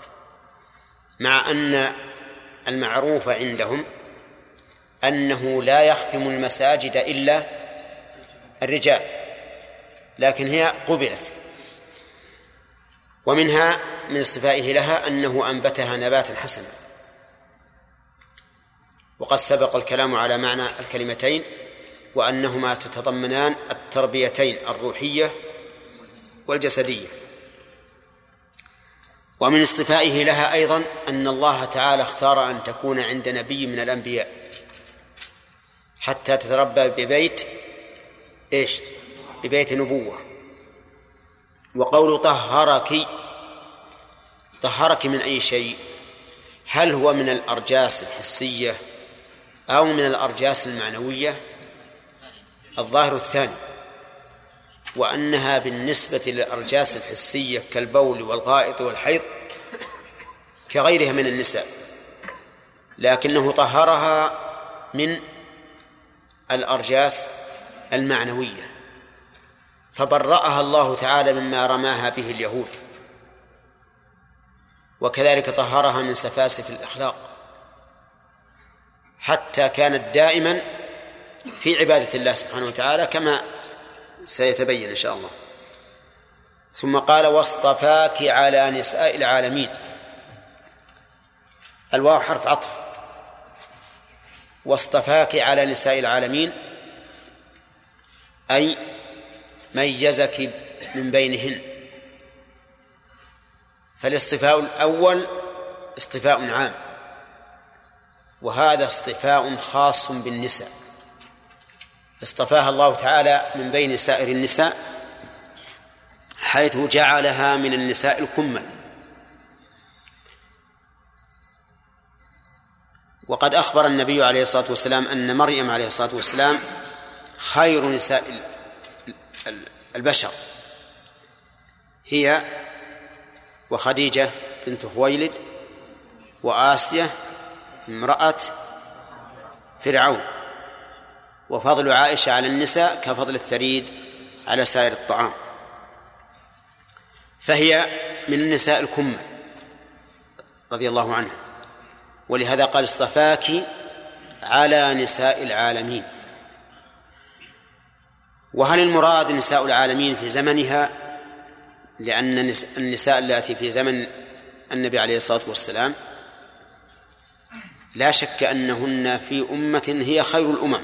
مع أن المعروف عندهم أنه لا يختم المساجد إلا الرجال، لكن هي قبلت. ومنها من اصطفائه لها أنه أنبتها نباتا حسنا. وقد سبق الكلام على معنى الكلمتين وأنهما تتضمنان التربيتين الروحية والجسدية. ومن اصطفائه لها أيضا أن الله تعالى اختار أن تكون عند نبي من الأنبياء حتى تتربى ببيت إيش؟ ببيت نبوة. وقول طهرك، طهرك من أي شيء؟ هل هو من الأرجاس الحسية أو من الأرجاس المعنوية؟ الظاهر الثاني، وأنها بالنسبة للأرجاس الحسية كالبول والغائط والحيض كغيرها من النساء، لكنه طهرها من الأرجاس المعنوية، فبرأها الله تعالى مما رماها به اليهود. وكذلك طهرها من سفاسف الأخلاق، حتى كانت دائما في عبادة الله سبحانه وتعالى كما سيتبين إن شاء الله. ثم قال واصطفاك على نساء العالمين. الواو حرف عطف، واصطفاك على نساء العالمين أي ميزك من بينهن. فالاصطفاء الأول اصطفاء عام، وهذا اصطفاء خاص بالنساء، اصطفاها الله تعالى من بين سائر النساء حيث جعلها من النساء الكمل. وقد أخبر النبي عليه الصلاة والسلام أن مريم عليه الصلاة والسلام خير نساء البشر، هي وخديجة بنت خويلد وآسية امرأة فرعون. وفضل عائشة على النساء كفضل الثريد على سائر الطعام، فهي من النساء الكمل رضي الله عنها. ولهذا قال اصطفاك على نساء العالمين. وهل المراد نساء العالمين في زمنها؟ لأن النساء التي في زمن النبي عليه الصلاة والسلام لا شك أنهن في أمة هي خير الأمم،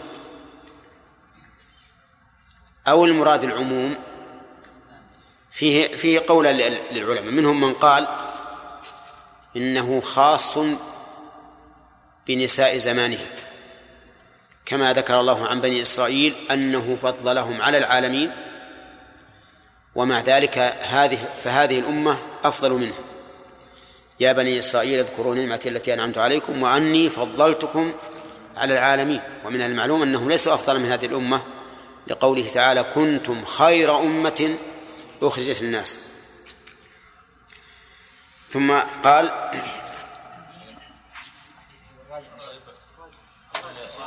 أو المراد العموم. فيه فيه قول للعلماء، منهم من قال إنه خاص بنساء زمانها، كما ذكر الله عن بني إسرائيل أنه فضلهم على العالمين، ومع ذلك هذه فهذه الأمة أفضل منهم. يا بني إسرائيل اذكروا نعمتي التي أنعمت عليكم وأني فضلتكم على العالمين. ومن المعلوم أنهم ليسوا أفضل من هذه الأمة، لقوله تعالى كنتم خير أمة أخرجت للناس. ثم قال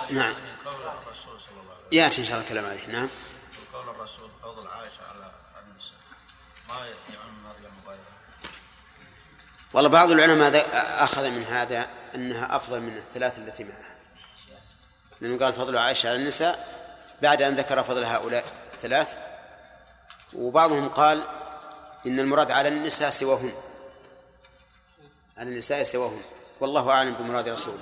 نعم. قول الرسول صلى الله عليه وسلم يأتي إن شاء الله الكلام عليه. نعم. قول الرسول فضل عائشة على النساء ما يعني مريم وغيرها. والله بعض العلماء أخذ من هذا أنها أفضل من الثلاث التي معها، لأنه قال فضل عائشة على النساء بعد أن ذكر فضل هؤلاء الثلاث. وبعضهم قال إن المراد على النساء سواهن، على النساء سواهن، والله أعلم بمراد رسوله.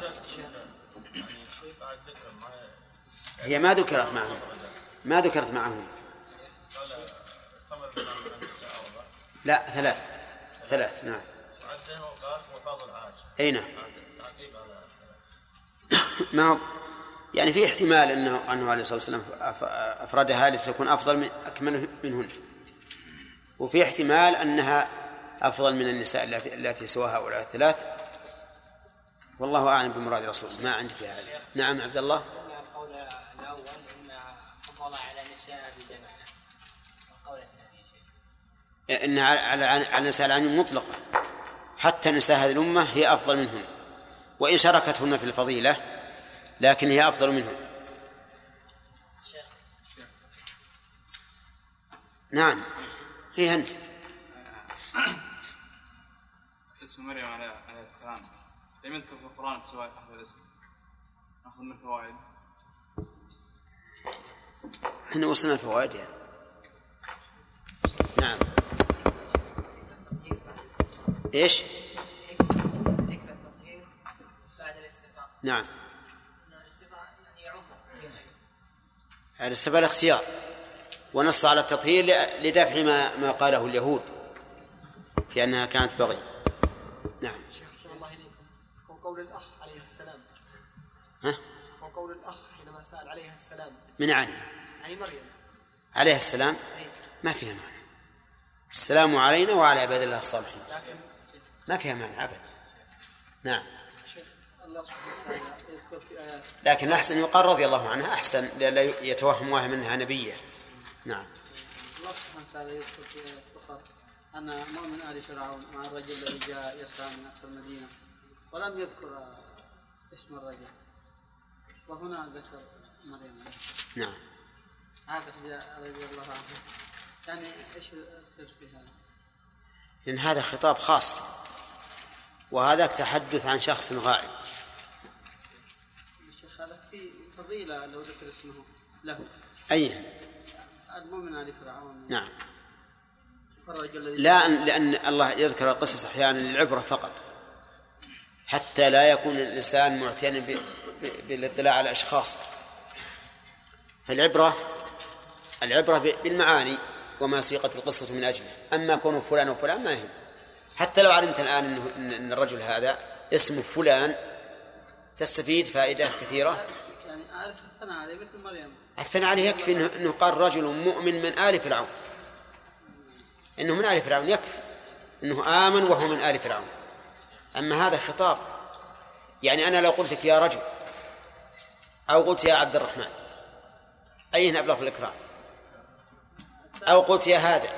هي ما ذكرت معهم، ما ذكرت معهم. لا ثلاث ثلاث نعم. أي نعم. ما هو يعني في احتمال أنه أنه عليه الصلاة والسلام أفردها لتكون أفضل من أكمل منهن، وفي احتمال أنها أفضل من النساء التي التي سواها هؤلاء الثلاث، والله أعلم بمراد رسول. ما عندي في هذا. نعم عبد الله. القول الأول إن فضل على النساء بزمانه، والقول الثاني شيء إن على على النساء العين مطلقة، حتى نساء هذه الأمة هي أفضل منهم، وإن شاركتهن في الفضيلة لكن هي أفضل منهم. نعم هي أنت. اسم مريم عليه السلام لم يذكر في القرآن سواء تحت الاسم، نأخذ من الفوائد. احنا وصلنا الفوائد يعني. نعم. ايش؟ نعم. الاستفاء الاختيار، ونص على التطهير لدفع ما ما قاله اليهود في أنها كانت بغي. نعم. شيخ الله إليكم، وقول الأخ عليه السلام. ها؟ وقول الأخ حينما سأل عليها السلام. من عني؟ عن مريم عليه السلام. ما فيها معنى. السلام علينا وعلى عباد الله الصالحين. ما فيها معنى أبدا. نعم. لكن أحسن يقال رضي الله عنها أحسن، لا يتوهم واهم منها نبيه. نعم. الله سبحانه وتعالى يذكر في الأخرى أن مؤمن آل فرعون مع الرجل الذي جاء يسعى من أقصى المدينة، ولم يذكر اسم الرجل، وهنا ذكر مريم. نعم. هكذا رضي الله عنه. يعني إيش السر في هذا؟ لأن هذا خطاب خاص، وهذا تحدث عن شخص غائب. الشيخ هذا في فضيلة لو ذكر اسمه له. أي المؤمن آل فرعون. نعم. لا، لأن الله يذكر القصص أحيانا للعبرة فقط، حتى لا يكون الإنسان معتنا بالاطلاع على الأشخاص. فالعبرة العبرة بالمعاني وما سيقت القصة من أجله. أما كونه فلان وفلان ما يهم. حتى لو علمت الآن إنه إن الرجل هذا اسمه فلان تستفيد فائدة كثيرة. يعني أعرف الثناء عليه مثل مريم. الثناء عليه يكفي إنه, إنه قال رجل مؤمن من آل فرعون، إنه من آل فرعون يكفي إنه آمن وهو من آل فرعون. أما هذا خطاب، يعني أنا لو قلت لك يا رجل أو قلت يا عبد الرحمن أين أبلغ في الإكرام، أو قلت يا هذا،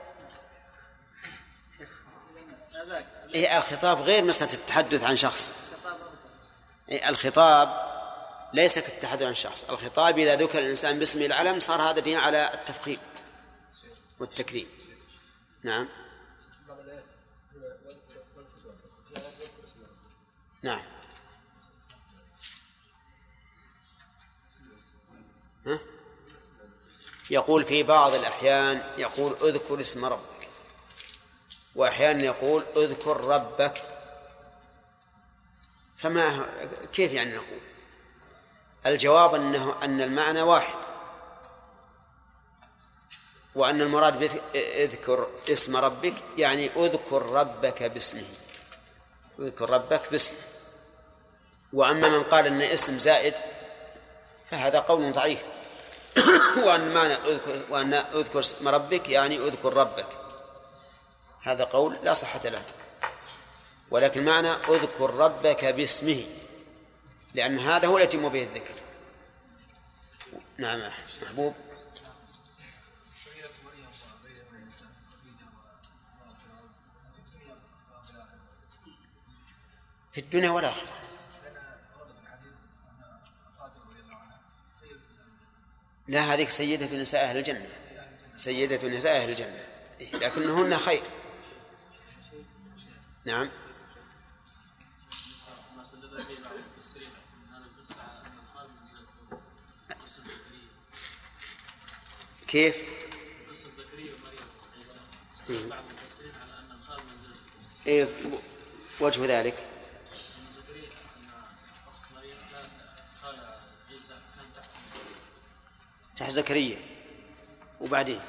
إيه الخطاب غير مسألة التحدث عن شخص. إيه الخطاب ليس كالتحدث عن شخص. الخطاب إذا ذكر الإنسان باسم العلم صار هذا دين على التفخيم والتكريم. نعم. نعم. ها؟ يقول في بعض الأحيان يقول اذكر اسم ربك، وأحيانا يقول اذكر ربك. فما كيف يعني نقول؟ الجواب أنه أن المعنى واحد، وأن المراد اذكر اسم ربك يعني اذكر ربك باسمه، اذكر ربك باسمه. وأما من قال أن اسم زائد فهذا قول ضعيف. وأن معنى اذكر وأن اذكر اسم ربك يعني اذكر ربك، هذا قول لا صحة له. ولكن معنى اذكر ربك باسمه، لأن هذا هو الذي يتم به الذكر. نعم محبوب. في الدنيا والآخرة. لا، هذه سيدة نساء أهل الجنة، سيدة نساء أهل الجنة، لكنهن خير. نعم. كيف؟ إيه وجه ذلك؟ تحت زكريا وبعدين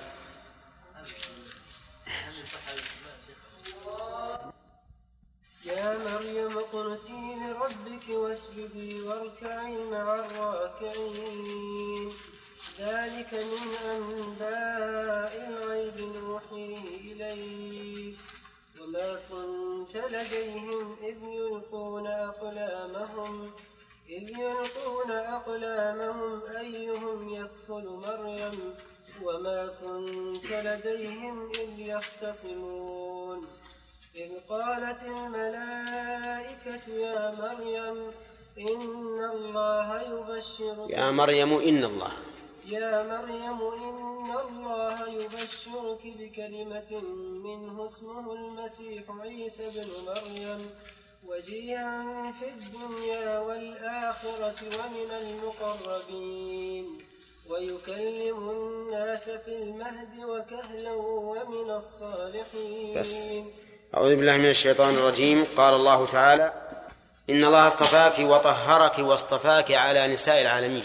يا مريم اقنتي لربك واسجدي واركعي مع الراكعين ذلك من أنباء الغيب نوحيه إليك وما كنت لديهم إذ يلقون أقلامهم إذ يلقون أقلامهم أيهم يكفل مريم وما كنت لديهم إذ يختصمون إذ قالت الملائكة يا مريم إن الله يبشرك يا مريم إن الله يا مريم إن الله يبشرك بكلمة منه اسمه المسيح عيسى بن مريم وجيها في الدنيا والآخرة ومن المقربين ويكلم الناس في المهد وكهلا ومن الصالحين. بس أعوذ بالله من الشيطان الرجيم. قال الله تعالى إن الله اصطفاك وطهرك واصطفاك على نساء العالمين.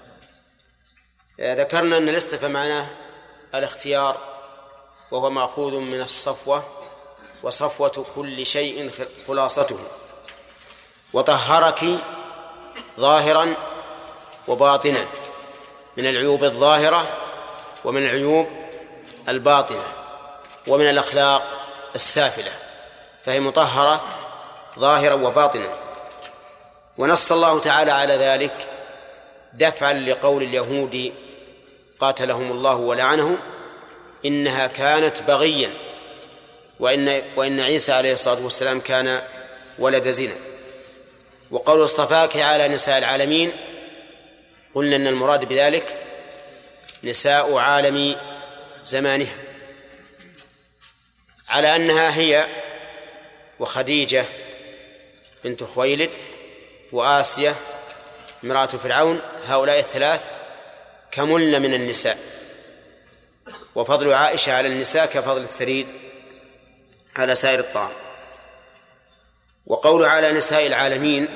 ذكرنا أن الاصطفاء معناه الاختيار وهو مأخوذ من الصفوة وصفوة كل شيء خلاصته. وطهرك ظاهرا وباطنا من العيوب الظاهرة ومن العيوب الباطنة ومن الأخلاق السافلة، فهي مطهرة ظاهرا وباطنا. ونص الله تعالى على ذلك دفعا لقول اليهود قاتلهم الله ولعنهم إنها كانت بغيا وإن, وإن عيسى عليه الصلاة والسلام كان ولد زنا. وقول اصطفاك على نساء العالمين قلنا أن المراد بذلك نساء عالم زمانها، على أنها هي وخديجة بنت خويلد وآسية امرأة فرعون، هؤلاء الثلاث كملن من النساء، وفضل عائشة على النساء كفضل الثريد على سائر الطعام. وقول على نساء العالمين،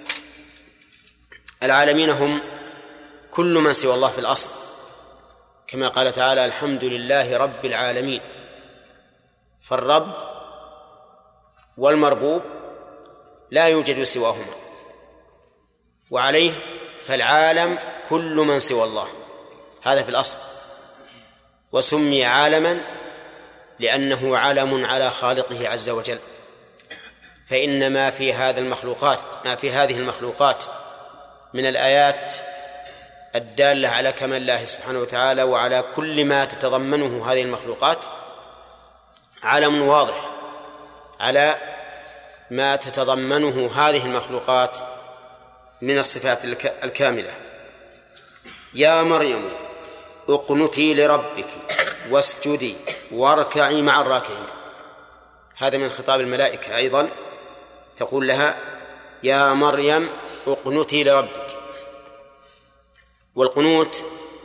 العالمين هم كل من سوى الله في الأصل، كما قال تعالى الحمد لله رب العالمين، فالرب والمربوب لا يوجد سواهما، وعليه فالعالم كل من سوى الله، هذا في الأصل. وسمي عالما لأنه علم على خالقه عز وجل، فإن ما في هذا المخلوقات ما في هذه المخلوقات من الآيات الدالة على كمال الله سبحانه وتعالى وعلى كل ما تتضمنه هذه المخلوقات علم واضح على ما تتضمنه هذه المخلوقات من الصفات الكاملة. يا مريم اقنتي لربك واسجدي واركعي مع الراكعين، هذا من خطاب الملائكة أيضا، تقول لها يا مريم اقنتي لربك. والقنوت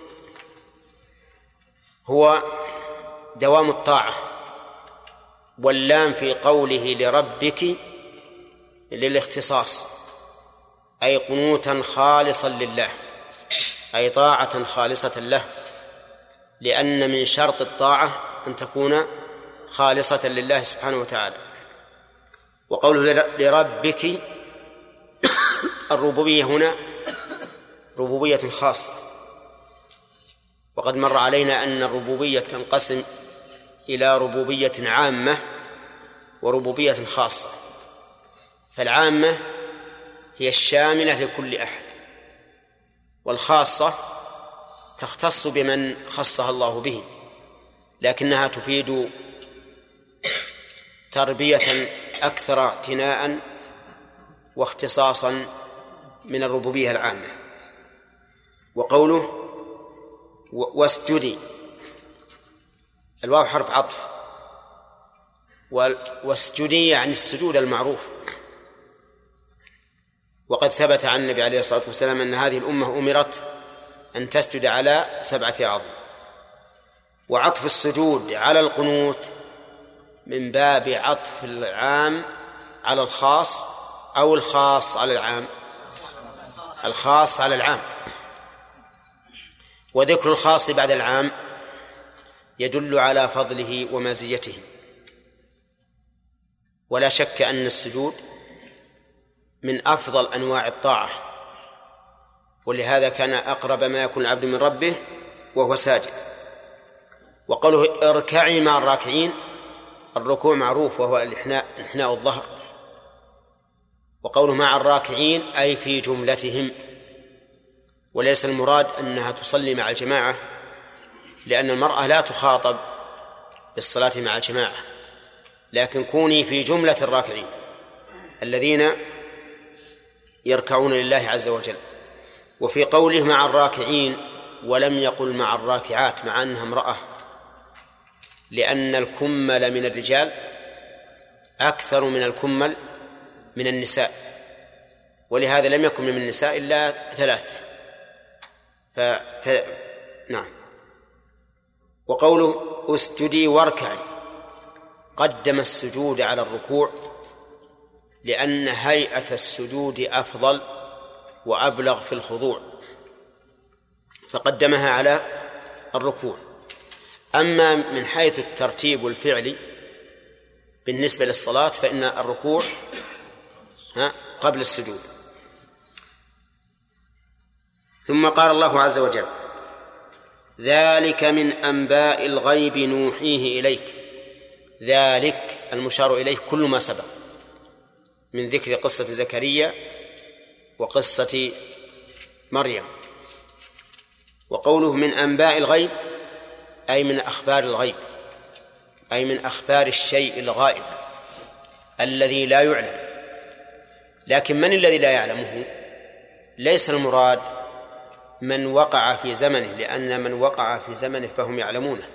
هو دوام الطاعة، واللام في قوله لربك للاختصاص، أي قنوتا خالصا لله، أي طاعة خالصة له، لأن من شرط الطاعة أن تكون خالصة لله سبحانه وتعالى. وقوله لربك الربوبية هنا ربوبية خاصة، وقد مر علينا أن الربوبية تنقسم إلى ربوبية عامة وربوبية خاصة. فالعامة هي الشاملة لكل أحد، والخاصة تختص بمن خصها الله به، لكنها تفيد تربية أكثر اعتناء واختصاصا من الربوبية العامة. وقوله واسجدي، الواو حرف عطف، واسجدي يعني السجود المعروف. وقد ثبت عن النبي عليه الصلاة والسلام أن هذه الأمة أمرت أن تسجد على سبعة أعظم. وعطف السجود على القنوت من باب عطف العام على الخاص أو الخاص على العام، الخاص على العام. وذكر الخاص بعد العام يدل على فضله ومزيته. ولا شك أن السجود من أفضل أنواع الطاعة، ولهذا كان أقرب ما يكون العبد من ربه وهو ساجد. وقوله اركعي مع الراكعين، الركوع معروف وهو الإحناء، انحناء الظهر. وقوله مع الراكعين أي في جملتهم، وليس المراد أنها تصلي مع الجماعة، لأن المرأة لا تخاطب بالصلاة مع الجماعة، لكن كوني في جملة الراكعين الذين يركعون لله عز وجل. وفي قوله مع الراكعين ولم يقل مع الراكعات مع أنها امرأة، لأن الكمل من الرجال أكثر من الكمل من النساء، ولهذا لم يكن من النساء إلا ثلاث. ف... ف... نعم. وقوله اسجدي واركعي قدم السجود على الركوع، لأن هيئة السجود أفضل وأبلغ في الخضوع، فقدمها على الركوع. أما من حيث الترتيب الفعلي بالنسبة للصلاة فإن الركوع قبل السجود. ثم قال الله عز وجل ذلك من أنباء الغيب نوحيه إليك. ذلك المشار إليه كل ما سبق من ذكر قصة زكريا وقصة مريم. وقوله من أنباء الغيب أي من أخبار الغيب، أي من أخبار الشيء الغائب الذي لا يعلم. لكن من الذي لا يعلمه؟ ليس المراد من وقع في زمنه، لأن من وقع في زمنه فهم يعلمونه،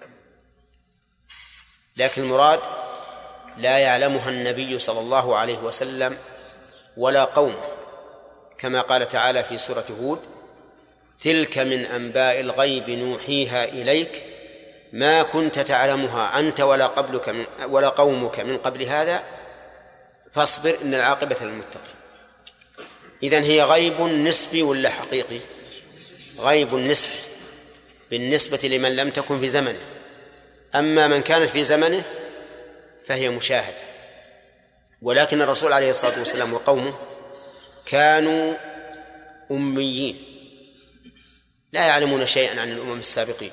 لكن المراد لا يعلمها النبي صلى الله عليه وسلم ولا قومه، كما قال تعالى في سورة هود تلك من أنباء الغيب نوحيها إليك ما كنت تعلمها أنت ولا قبلك من ولا قومك من قبل هذا فاصبر إن العاقبة للمتقين. إذن هي غيب نسبي ولا حقيقي؟ غيب نسبي بالنسبة لمن لم تكن في زمنه، أما من كانت في زمنه فهي مشاهدة. ولكن الرسول عليه الصلاة والسلام وقومه كانوا أميين لا يعلمون شيئا عن الأمم السابقين،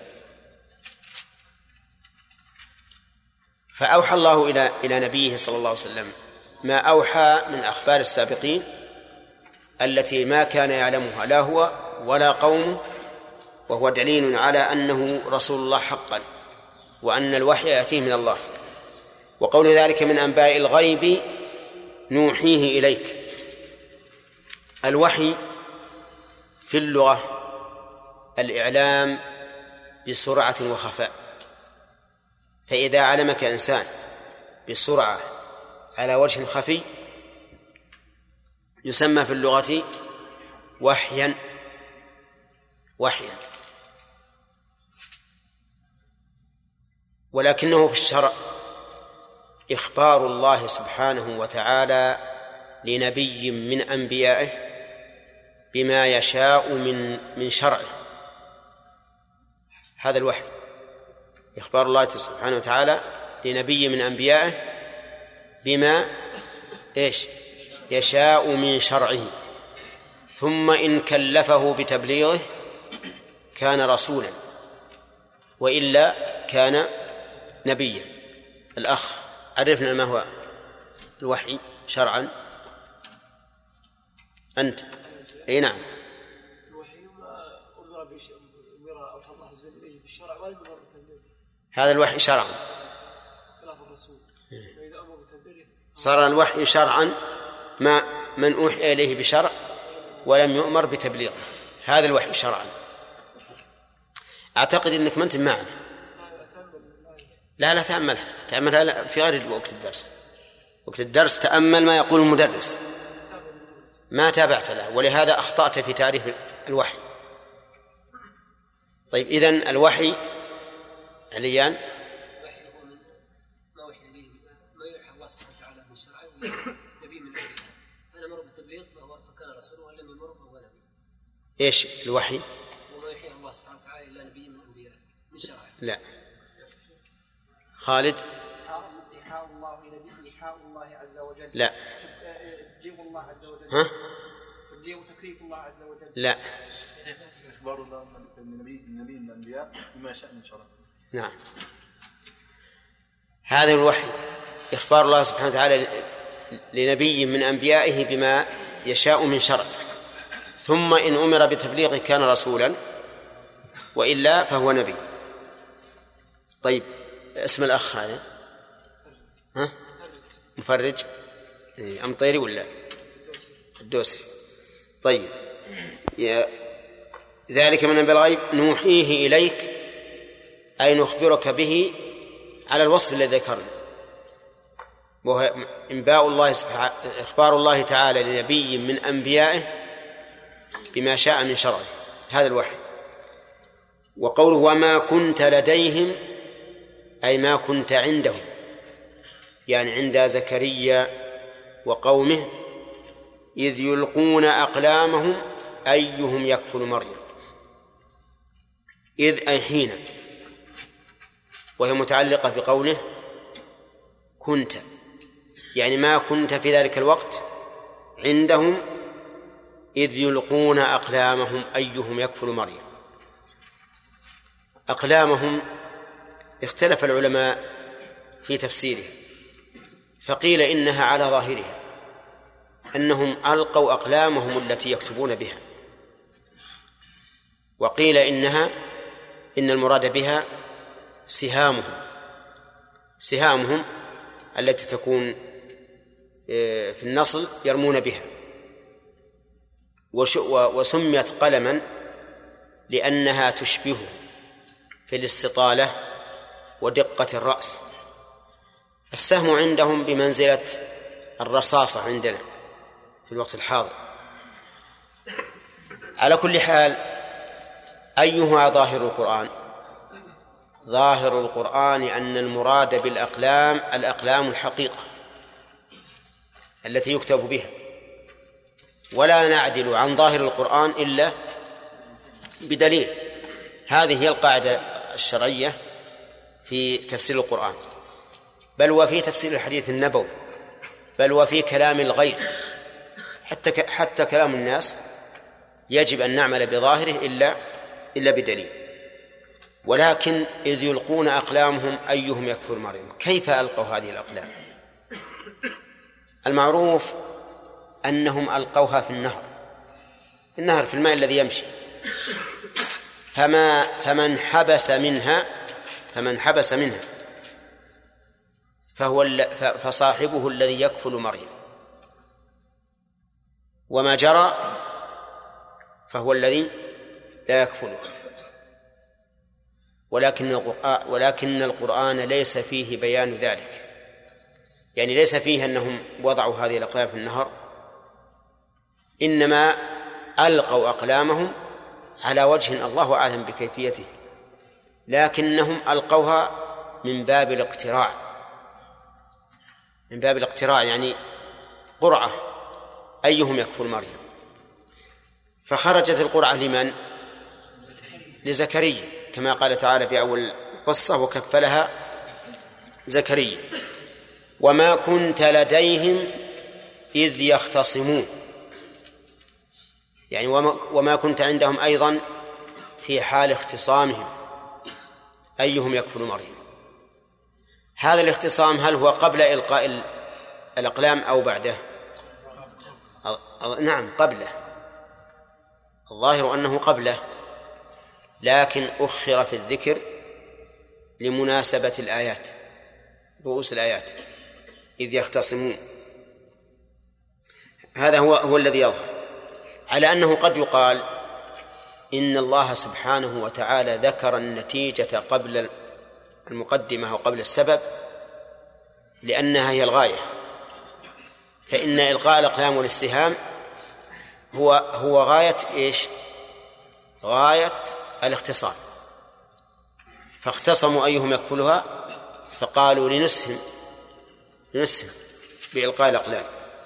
فأوحى الله إلى إلى نبيه صلى الله عليه وسلم ما أوحى من أخبار السابقين التي ما كان يعلمها لا هو ولا قومه، وهو دليل على أنه رسول الله حقا وأن الوحي يأتيه من الله. وقول ذلك من أنباء الغيب نوحيه إليك. الوحي في اللغة الإعلام بسرعة وخفاء، فإذا علمك إنسان بسرعة على وجه خفي يسمى في اللغة وحيا وحيا. ولكنه في الشرع إخبار الله سبحانه وتعالى لنبي من أنبيائه بما يشاء من من شرعه. هذا الوحي إخبار الله سبحانه وتعالى لنبي من أنبيائه بما إيش يشاء من شرعه، ثم إن كلفه بتبليغه كان رسولا وإلا كان نبيا. الأخ عرفنا ما هو الوحي شرعا. أنت أي نعم. هذا الوحي شرعا. صار الوحي شرعا ما من أوحي إليه بشرع ولم يؤمر بتبليغه، هذا الوحي شرعا. أعتقد أنك ما أنت معنا. لا لا تأملها تأملها في غير وقت الدرس. وقت الدرس تأمل ما يقول المدرس، ما تابعت له، ولهذا أخطأت في تعريف الوحي. طيب إذن الوحي عليان ما وحي به ما يوحى الله سبحانه وتعالى من شرعه ونبي من نبيه. أنا مر بالتبليغ فكان رسوله ولم يمر فهو نبي. إيش الوحي؟ وما يوحي الله سبحانه وتعالى إلا نبي من أنبياء من شرعه. لا. خالد. إيحاء الله إلى إيحاء الله عز وجل. لا. تبليغ الله عز وجل. ها؟ تبليغ وتكليف الله عز وجل. لا. إخبار الله النبي النبي من الأنبياء بما شاء من شرعه. نعم. هذا الوحي إخبار الله سبحانه وتعالى لنبي من أنبيائه بما يشاء من شرعه، ثم إن أمر بتبليغه كان رسولا، وإلا فهو نبي. طيب اسم الأخ هذا ها؟ مفرج أمطيري ولا الدوسري؟ طيب ذلك من أنباء الغيب نوحيه إليك أي نخبرك به على الوصف الذي ذكرنا، وهو إنباء الله سبحانه إخبار الله تعالى لنبي من أنبيائه بما شاء من شرعه، هذا الوحي. وقوله وما كنت لديهم أي ما كنت عندهم، يعني عند زكريا وقومه إذ يلقون أقلامهم أيهم يكفل مريم. إذ أي حين، وهي متعلقة بقوله كنت، يعني ما كنت في ذلك الوقت عندهم إذ يلقون أقلامهم أيهم يكفل مريم. أقلامهم اختلف العلماء في تفسيرها، فقيل إنها على ظاهرها أنهم ألقوا أقلامهم التي يكتبون بها، وقيل إنها إن المراد بها سهامهم سهامهم التي تكون في النصل يرمون بها، وسميت قلما لأنها تشبهه في الاستطالة ودقة الرأس. السهم عندهم بمنزلة الرصاصة عندنا في الوقت الحاضر. على كل حال أيها ظاهر القرآن؟ ظاهر القرآن أن المراد بالأقلام الأقلام الحقيقة التي يكتب بها، ولا نعدل عن ظاهر القرآن إلا بدليل. هذه هي القاعدة الشرعية في تفسير القرآن، بل وفي تفسير الحديث النبوي، بل وفي كلام الغير، حتى حتى كلام الناس يجب أن نعمل بظاهره إلا إلا بدليل. ولكن إذ يلقون أقلامهم أيهم يكفر مريم، كيف ألقوا هذه الأقلام؟ المعروف أنهم ألقوها في النهر، في النهر في الماء الذي يمشي، فما فمن حبس منها فمن حبس منها فهو فصاحبه الذي يكفل مريم، وما جرى فهو الذي لا يكفله. ولكن القرآن, ولكن القرآن ليس فيه بيان ذلك، يعني ليس فيه أنهم وضعوا هذه الأقلام في النهر، إنما ألقوا أقلامهم على وجه الله أعلم بكيفيته، لكنهم ألقوها من باب الاقتراع، من باب الاقتراع يعني قرعة أيهم يكفل مريم. فخرجت القرعة لمن؟ لزكريا، كما قال تعالى في أول قصة وكفلها زكريا. وما كنت لديهم إذ يختصمون، يعني وما كنت عندهم أيضا في حال اختصامهم أيهم يكفل مريم. هذا الاختصام هل هو قبل إلقاء الأقلام أو بعده؟ نعم قبله، الظاهر أنه قبله، لكن أخر في الذكر لمناسبة الآيات، رؤوس الآيات إذ يختصمون. هذا هو هو الذي يظهر، على أنه قد يقال إن الله سبحانه وتعالى ذكر النتيجة قبل المقدمة وقبل السبب لأنها هي الغاية، فإن إلقاء الأقلام والاستهام هو هو غاية إيش؟ غاية الاختصام، فاختصموا أيهم يكفلها فقالوا لنسهم لنسهم بإلقاء الأقلام.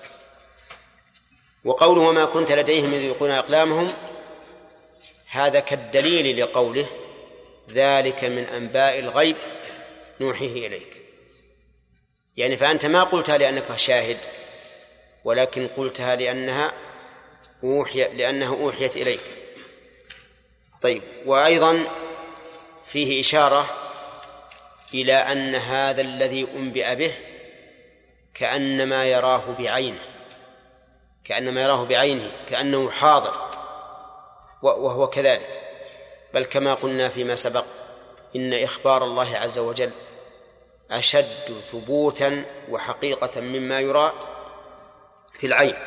وقوله وما كنت لديهم إذ يلقون أقلامهم هذا كالدليل لقوله ذلك من أنباء الغيب نوحيه إليك، يعني فأنت ما قلتها لأنك شاهد ولكن قلتها لأنها أوحي لأنها أوحيت إليك. طيب، وأيضا فيه إشارة إلى أن هذا الذي أنبئ به كأنما يراه بعينه كأنما يراه بعينه كأنه حاضر، وهو كذلك، بل كما قلنا فيما سبق إن إخبار الله عز وجل أشد ثبوتا وحقيقة مما يرى في العين.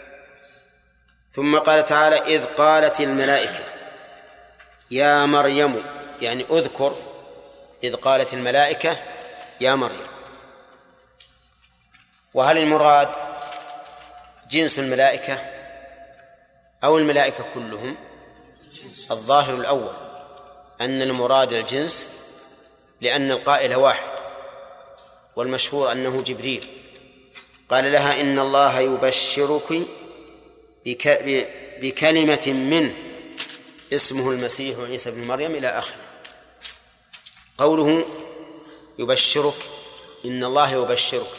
ثم قال تعالى إذ قالت الملائكة يا مريم، يعني أذكر إذ قالت الملائكة يا مريم. وهل المراد جنس الملائكة أو الملائكة كلهم؟ الظاهر الأول أن المراد الجنس لأن القائل واحد، والمشهور أنه جبريل قال لها إن الله يبشرك بكلمة منه اسمه المسيح عيسى بن مريم إلى آخره. قوله يبشرك إن الله يبشرك،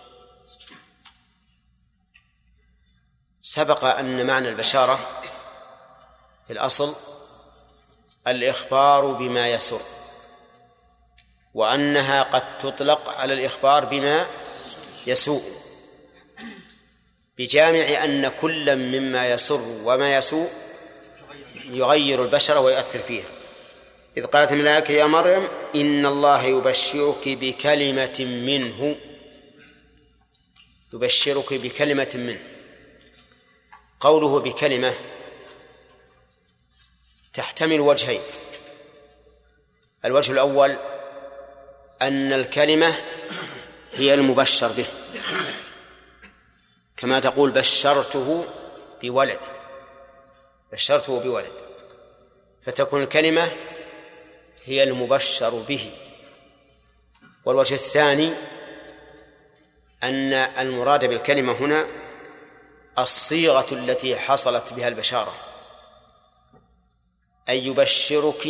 سبق أن معنى البشارة في الأصل الإخبار بما يسر، وأنها قد تطلق على الإخبار بما يسوء، بجامع أن كل مما يسر وما يسوء يغير البشرة ويؤثر فيها. إذ قالت الملائكة يا مريم إن الله يبشرك بكلمة منه، يبشرك بكلمة منه. قوله بكلمة تحتمل وجهين: الوجه الأول أن الكلمة هي المبشر به، كما تقول بشرته بولد بشرته بولد فتكون الكلمة هي المبشر به. والوجه الثاني أن المراد بالكلمة هنا الصيغة التي حصلت بها البشارة، أي يبشرك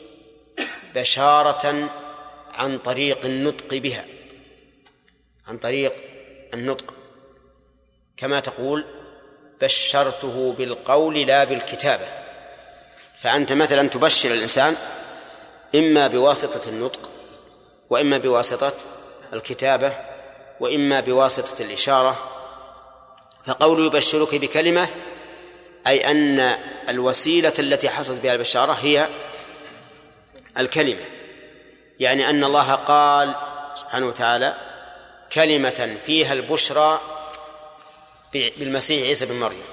بشارة عن طريق النطق بها، عن طريق النطق، كما تقول بشرته بالقول لا بالكتابة. فأنت مثلا تبشر الإنسان إما بواسطة النطق وإما بواسطة الكتابة وإما بواسطة الإشارة. فقول يبشرك بكلمة أي أن الوسيلة التي حصلت بها البشارة هي الكلمة، يعني أن الله قال سبحانه وتعالى كلمة فيها البشرى بالمسيح عيسى بن مريم.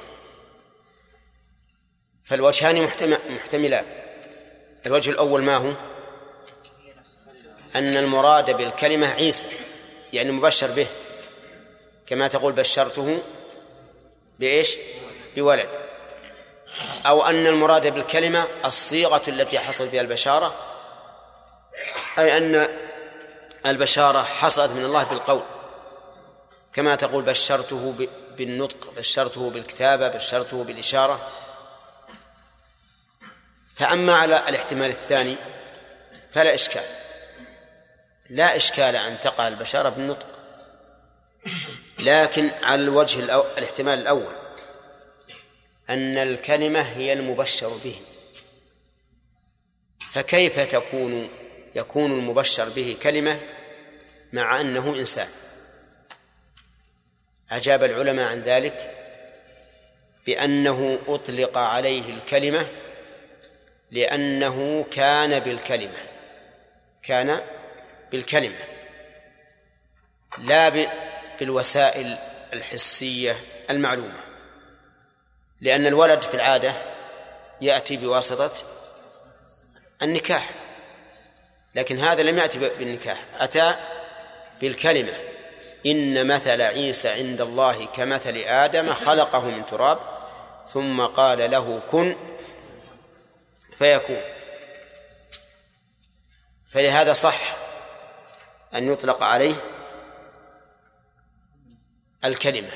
فالوجهان محتملان. الوجه الأول ما هو؟ أن المراد بالكلمة عيسى، يعني مبشر به، كما تقول بشرته بإيش؟ بولد. أو أن المراد بالكلمة الصيغة التي حصلت بها البشارة، أي أن البشارة حصلت من الله بالقول، كما تقول بشرته بالنطق، بشرته بالكتابة، بشرته بالإشارة. فأما على الاحتمال الثاني فلا إشكال، لا إشكال أن تقع البشارة بالنطق، لكن على الوجه الأو... الاحتمال الأول أن الكلمة هي المبشر به. فكيف تكون يكون المبشر به كلمة مع أنه إنسان؟ أجاب العلماء عن ذلك بأنه أطلق عليه الكلمة لأنه كان بالكلمة كان بالكلمة لا بالوسائل الحسية المعلومة، لأن الولد في العادة يأتي بواسطة النكاح، لكن هذا لم يأتي بالنكاح، أتى بالكلمة. إن مثل عيسى عند الله كمثل آدم خلقه من تراب ثم قال له كن فيكون. فلهذا صح أن يطلق عليه الكلمة.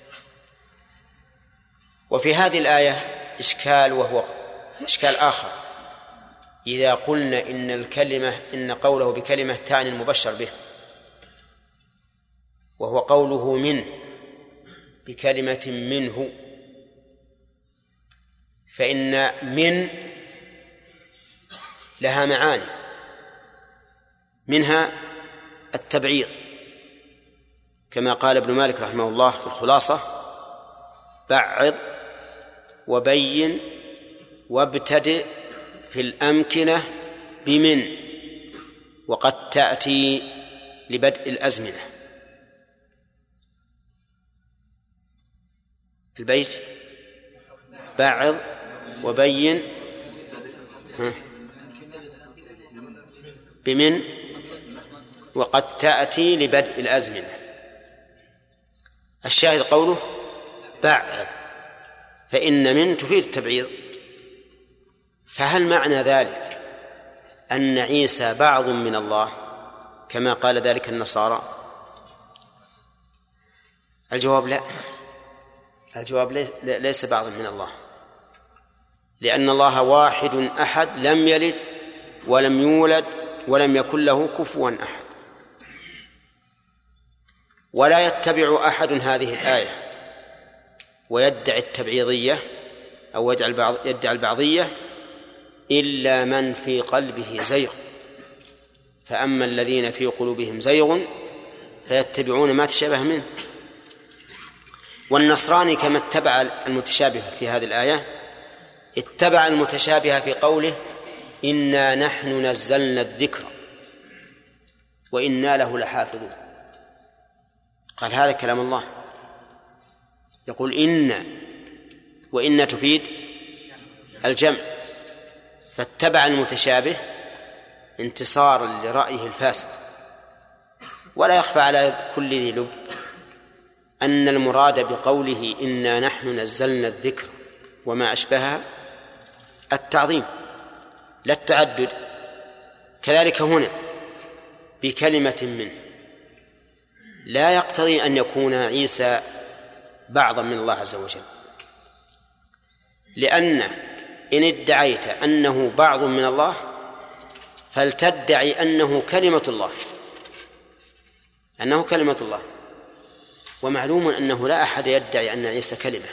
وفي هذه الآية إشكال، وهو إشكال آخر. إذا قلنا إن الكلمة إن قوله بكلمة تعني المبشر به، وهو قوله من بكلمة منه، فإن من لها معاني، منها التبعيض كما قال ابن مالك رحمه الله في الخلاصة: بعض وبين وابتدئ في الأمكنة بمن، وقد تأتي لبدء الأزمنة. البيت بعض وبين بمن وقد تأتي لبدء الأزمنة. الشاهد قوله بعض، فإن من تفيد التبعيض. فهل معنى ذلك أن عيسى بعض من الله كما قال ذلك النصارى؟ الجواب لا، الجواب ليس بعض من الله، لأن الله واحد أحد لم يلد ولم يولد ولم يكن له كفوا أحد. ولا يتبع أحد هذه الآية ويدعي التبعيضية أو يدعي البعضية إلا من في قلبه زيغ. فأما الذين في قلوبهم زيغ فيتبعون ما تشابه منه. والنصراني كما اتبع المتشابه في هذه الآية اتبع المتشابه في قوله إنا نحن نزلنا الذكر وإنا له لحافظون. قال هذا كلام الله، يقول إن، وإن تفيد الجمع، فاتبع المتشابه انتصارا لرأيه الفاسد. ولا يخفى على كل ذي لب أن المراد بقوله إنا نحن نزلنا الذكر وما أشبهها التعظيم لا التعدد. كذلك هنا بكلمة منه لا يقتضي أن يكون عيسى بعضا من الله عز وجل، لأن إن ادعيت أنه بعض من الله فلتدعي أنه كلمة الله، أنه كلمة الله. ومعلوم أنه لا أحد يدعي أن عيسى كلمة.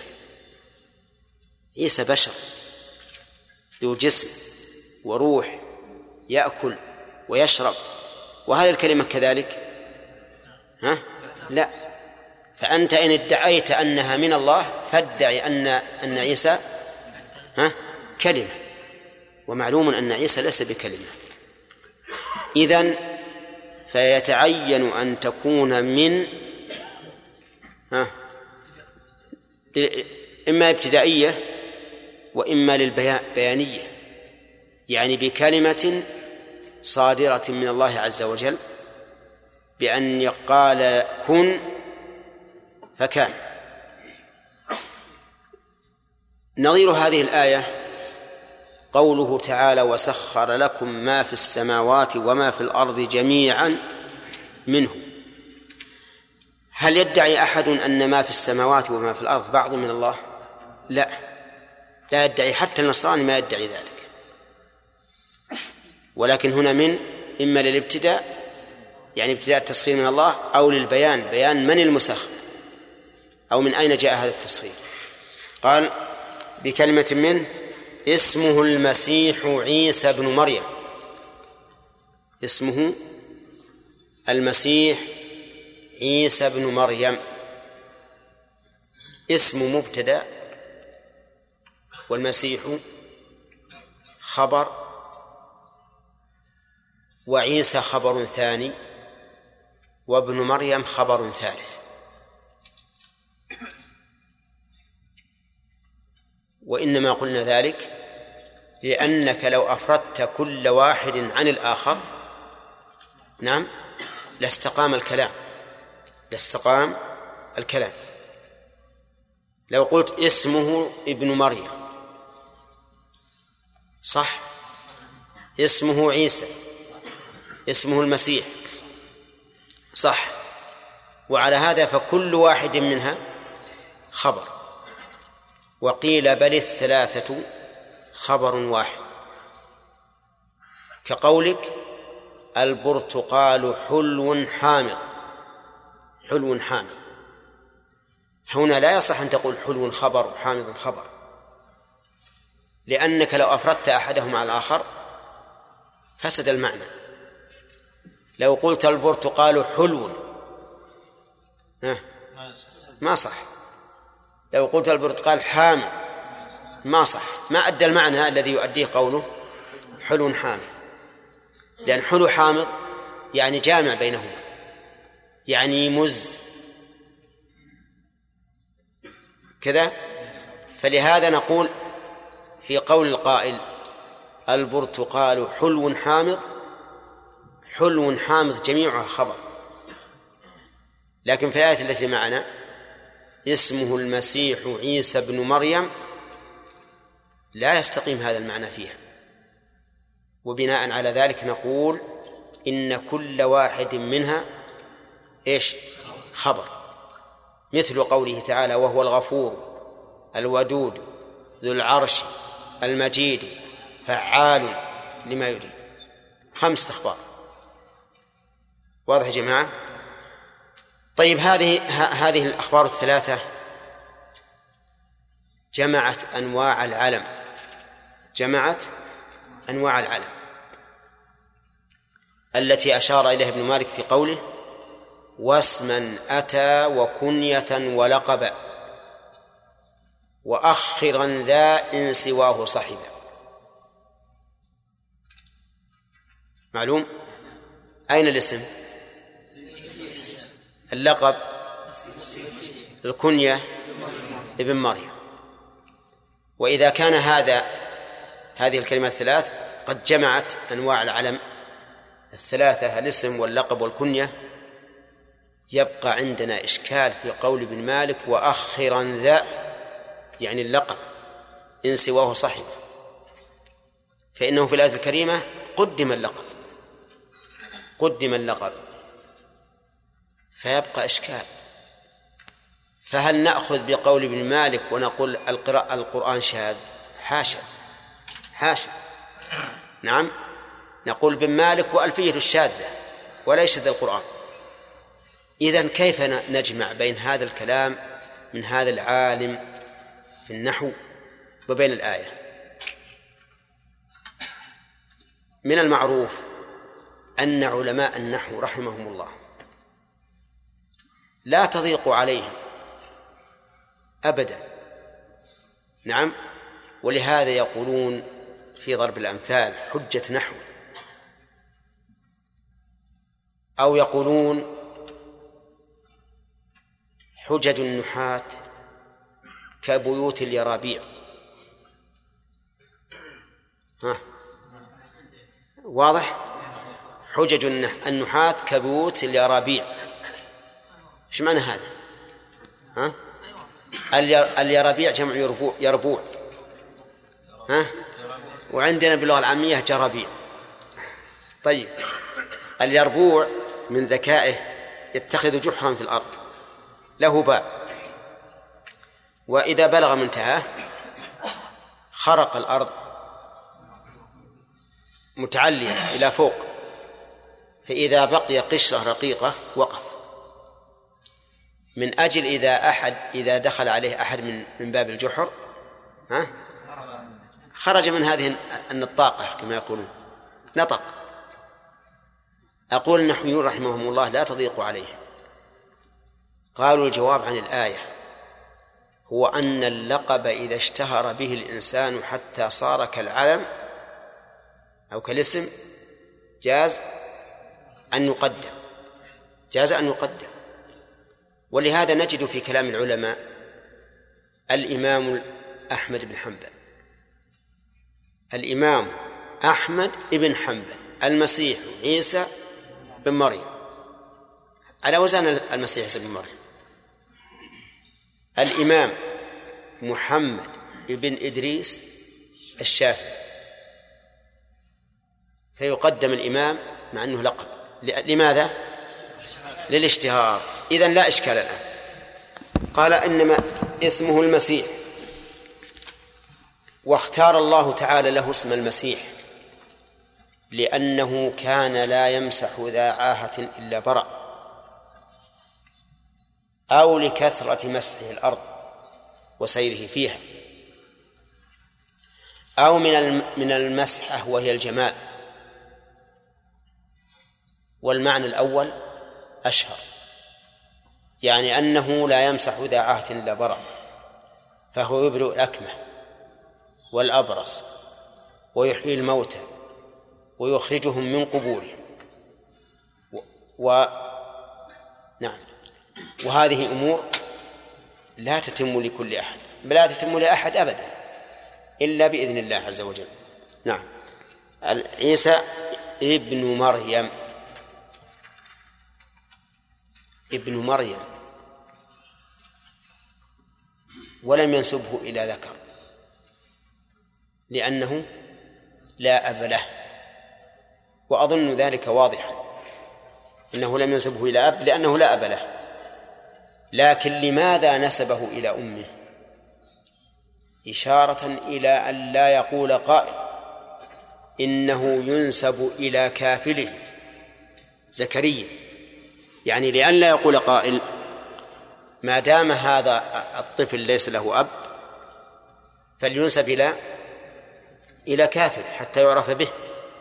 عيسى بشر ذو جسم وروح يأكل ويشرب، وهذه الكلمة كذلك ها؟ لا. فأنت إن ادعيت أنها من الله فادعي أن أن عيسى ها؟ كلمة، ومعلوم أن عيسى ليس بكلمة. إذن فيتعين أن تكون من ها؟ إما ابتدائية وإما للبيانية، يعني بكلمة صادرة من الله عز وجل بأن يقال كن فكان. نظير هذه الآية قوله تعالى وسخر لكم ما في السماوات وما في الأرض جميعا منه. هل يدعي أحد أن ما في السماوات وما في الأرض بعض من الله؟ لا، لا يدعي، حتى النصراني ما يدعي ذلك. ولكن هنا من إما للابتداء يعني ابتداء التسخير من الله، أو للبيان بيان من المسخر أو من أين جاء هذا التسخير. قال بكلمة منه اسمه المسيح عيسى بن مريم. اسمه المسيح عيسى بن مريم. اسم مبتدأ والمسيح خبر وعيسى خبر ثاني وابن مريم خبر ثالث. وإنما قلنا ذلك لأنك لو أفردت كل واحد عن الآخر نعم لاستقام الكلام لاستقام الكلام. لو قلت اسمه ابن مريم صح، اسمه عيسى، اسمه المسيح صح، وعلى هذا فكل واحد منها خبر. وقيل بل الثلاثة خبر واحد، كقولك البرتقال حلو حامض. حلو حامض هنا لا يصح أن تقول حلو خبر وحامض خبر، لأنك لو أفردت أحدهم على الآخر فسد المعنى. لو قلت البرتقال حلو ما صح، لو قلت البرتقال حامض ما صح، ما أدى المعنى الذي يؤديه قوله حلو حامض، لأن حلو حامض يعني جامع بينهما، يعني مز كذا. فلهذا نقول في قول القائل البرتقال حلو حامض، حلو حامض جميعها خبر، لكن في الآية التي معنا اسمه المسيح عيسى بن مريم لا يستقيم هذا المعنى فيها، وبناء على ذلك نقول إن كل واحد منها إيش خبر، مثل قوله تعالى وهو الغفور الودود ذو العرش المجيد فعال لما يريد، خمسة أخبار. واضح يا جماعة؟ طيب هذه هذه الأخبار الثلاثة جمعت أنواع العلم، جمعت أنواع العلم التي أشار إليها ابن مالك في قوله واسما أتى وكنية ولقبا وأخرا ذا إن سواه صحبا. معلوم؟ أين الاسم؟ اللقب الكنية ابن مريم. وإذا كان هذا هذه الكلمات الثلاث قد جمعت أنواع العلم الثلاثة الاسم واللقب والكنية، يبقى عندنا إشكال في قول ابن مالك وأخرا ذا، يعني اللقب إن سواه صحب، فإنه في الآية الكريمة قدم اللقب قدم اللقب فيبقى إشكال. فهل نأخذ بقول ابن مالك ونقول القراءة القرآن شاذ؟ حاشا حاشا، نعم نقول ابن مالك وألفية الشاذة ولا يشذ القرآن. إذن كيف نجمع بين هذا الكلام من هذا العالم في النحو وبين الآية؟ من المعروف أن علماء النحو رحمهم الله لا تضيق عليهم أبدا، نعم، ولهذا يقولون في ضرب الأمثال حجة نحو، أو يقولون حجج النحاة كبيوت اليرابيع. ها واضح؟ حجج النحاة كبيوت اليرابيع، ايش معنى هذا؟ ها اليرابيع جمع يربوع يربوع ها، وعندنا باللغة العامية جرابيع. طيب اليربوع من ذكائه يتخذ جحرا في الأرض له باب، وإذا بلغ منتهاه خرق الأرض متعلية إلى فوق، فإذا بقي قشرة رقيقة وقف، من أجل إذا أحد إذا دخل عليه أحد من من باب الجحر ها خرج من هذه النطاقة كما يقولون نطق. أقول النحويون رحمهم الله لا تضيق عليهم. قالوا الجواب عن الآية هو أن اللقب إذا اشتهر به الإنسان حتى صار كالعلم أو كالاسم جاز أن يقدم جاز أن يقدم ولهذا نجد في كلام العلماء الإمام أحمد بن حنبل الإمام أحمد بن حنبل، المسيح عيسى بن مريم، على وزن المسيح عيسى بن مريم. الإمام محمد بن إدريس الشافعي، فيقدم الإمام مع أنه لقب. لماذا؟ للاشتهار. إذن لا إشكال الآن. قال إنما اسمه المسيح، واختار الله تعالى له اسم المسيح لأنه كان لا يمسح ذا عاهة إلا برأ، أو لكثرة مسحه الأرض وسيره فيها، أو من من المسحة وهي الجمال. والمعنى الأول أشهر، يعني أنه لا يمسح ذا عاهة إلا برأ، فهو يبرئ الأكمه والأبرص ويحيي الموتى ويخرجهم من قبورهم و... و... نعم وهذه أمور لا تتم لكل أحد، لا تتم لأحد أبدا إلا بإذن الله عز وجل. نعم. عيسى ابن مريم، ابن مريم، ولم ينسبه إلى ذكر لأنه لا أب له، وأظن ذلك واضحا، إنه لم ينسبه إلى أب لأنه لا أب له. لكن لماذا نسبه إلى أمه؟ إشارة إلى أن لا يقول قائل إنه ينسب إلى كافله زكريا، يعني لأن لا يقول قائل ما دام هذا الطفل ليس له أب فلينسب إلى إلى كافر حتى يعرف به.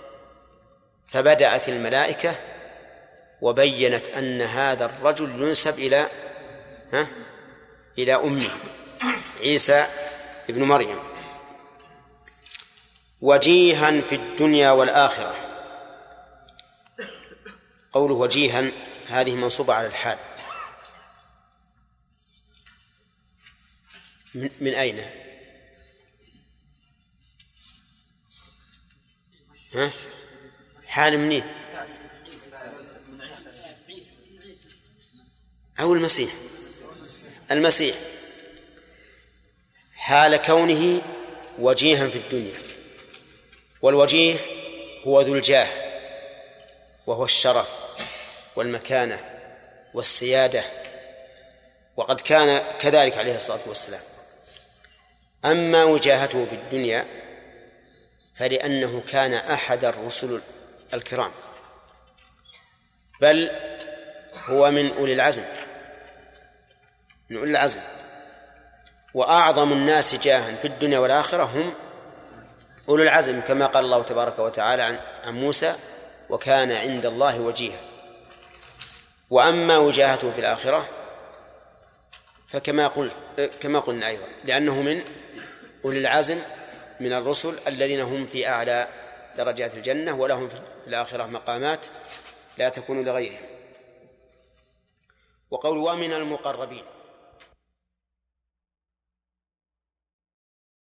فبدأت الملائكة وبينت أن هذا الرجل ينسب إلى ها إلى أمه عيسى ابن مريم. وجيها في الدنيا والآخرة، قوله وجيها هذه منصوبة على الحال. من, من أين؟ ها؟ حال منين؟ أو المسيح، المسيح حال كونه وجيها في الدنيا. والوجيه هو ذو الجاه، وهو الشرف والمكانة والسيادة، وقد كان كذلك عليه الصلاة والسلام. أما وجاهته في الدنيا فلأنه كان أحد الرسل الكرام، بل هو من أولي العزم، من أولي العزم. وأعظم الناس جاها في الدنيا والآخرة هم أولي العزم، كما قال الله تبارك وتعالى عن موسى وكان عند الله وجيها. وأما وجاهته في الآخرة فكما قل كما قلنا أيضا لأنه من أولي العزم من الرسل الذين هم في أعلى درجات الجنة، ولهم في الآخرة مقامات لا تكون لغيرهم. وقول ومن المقربين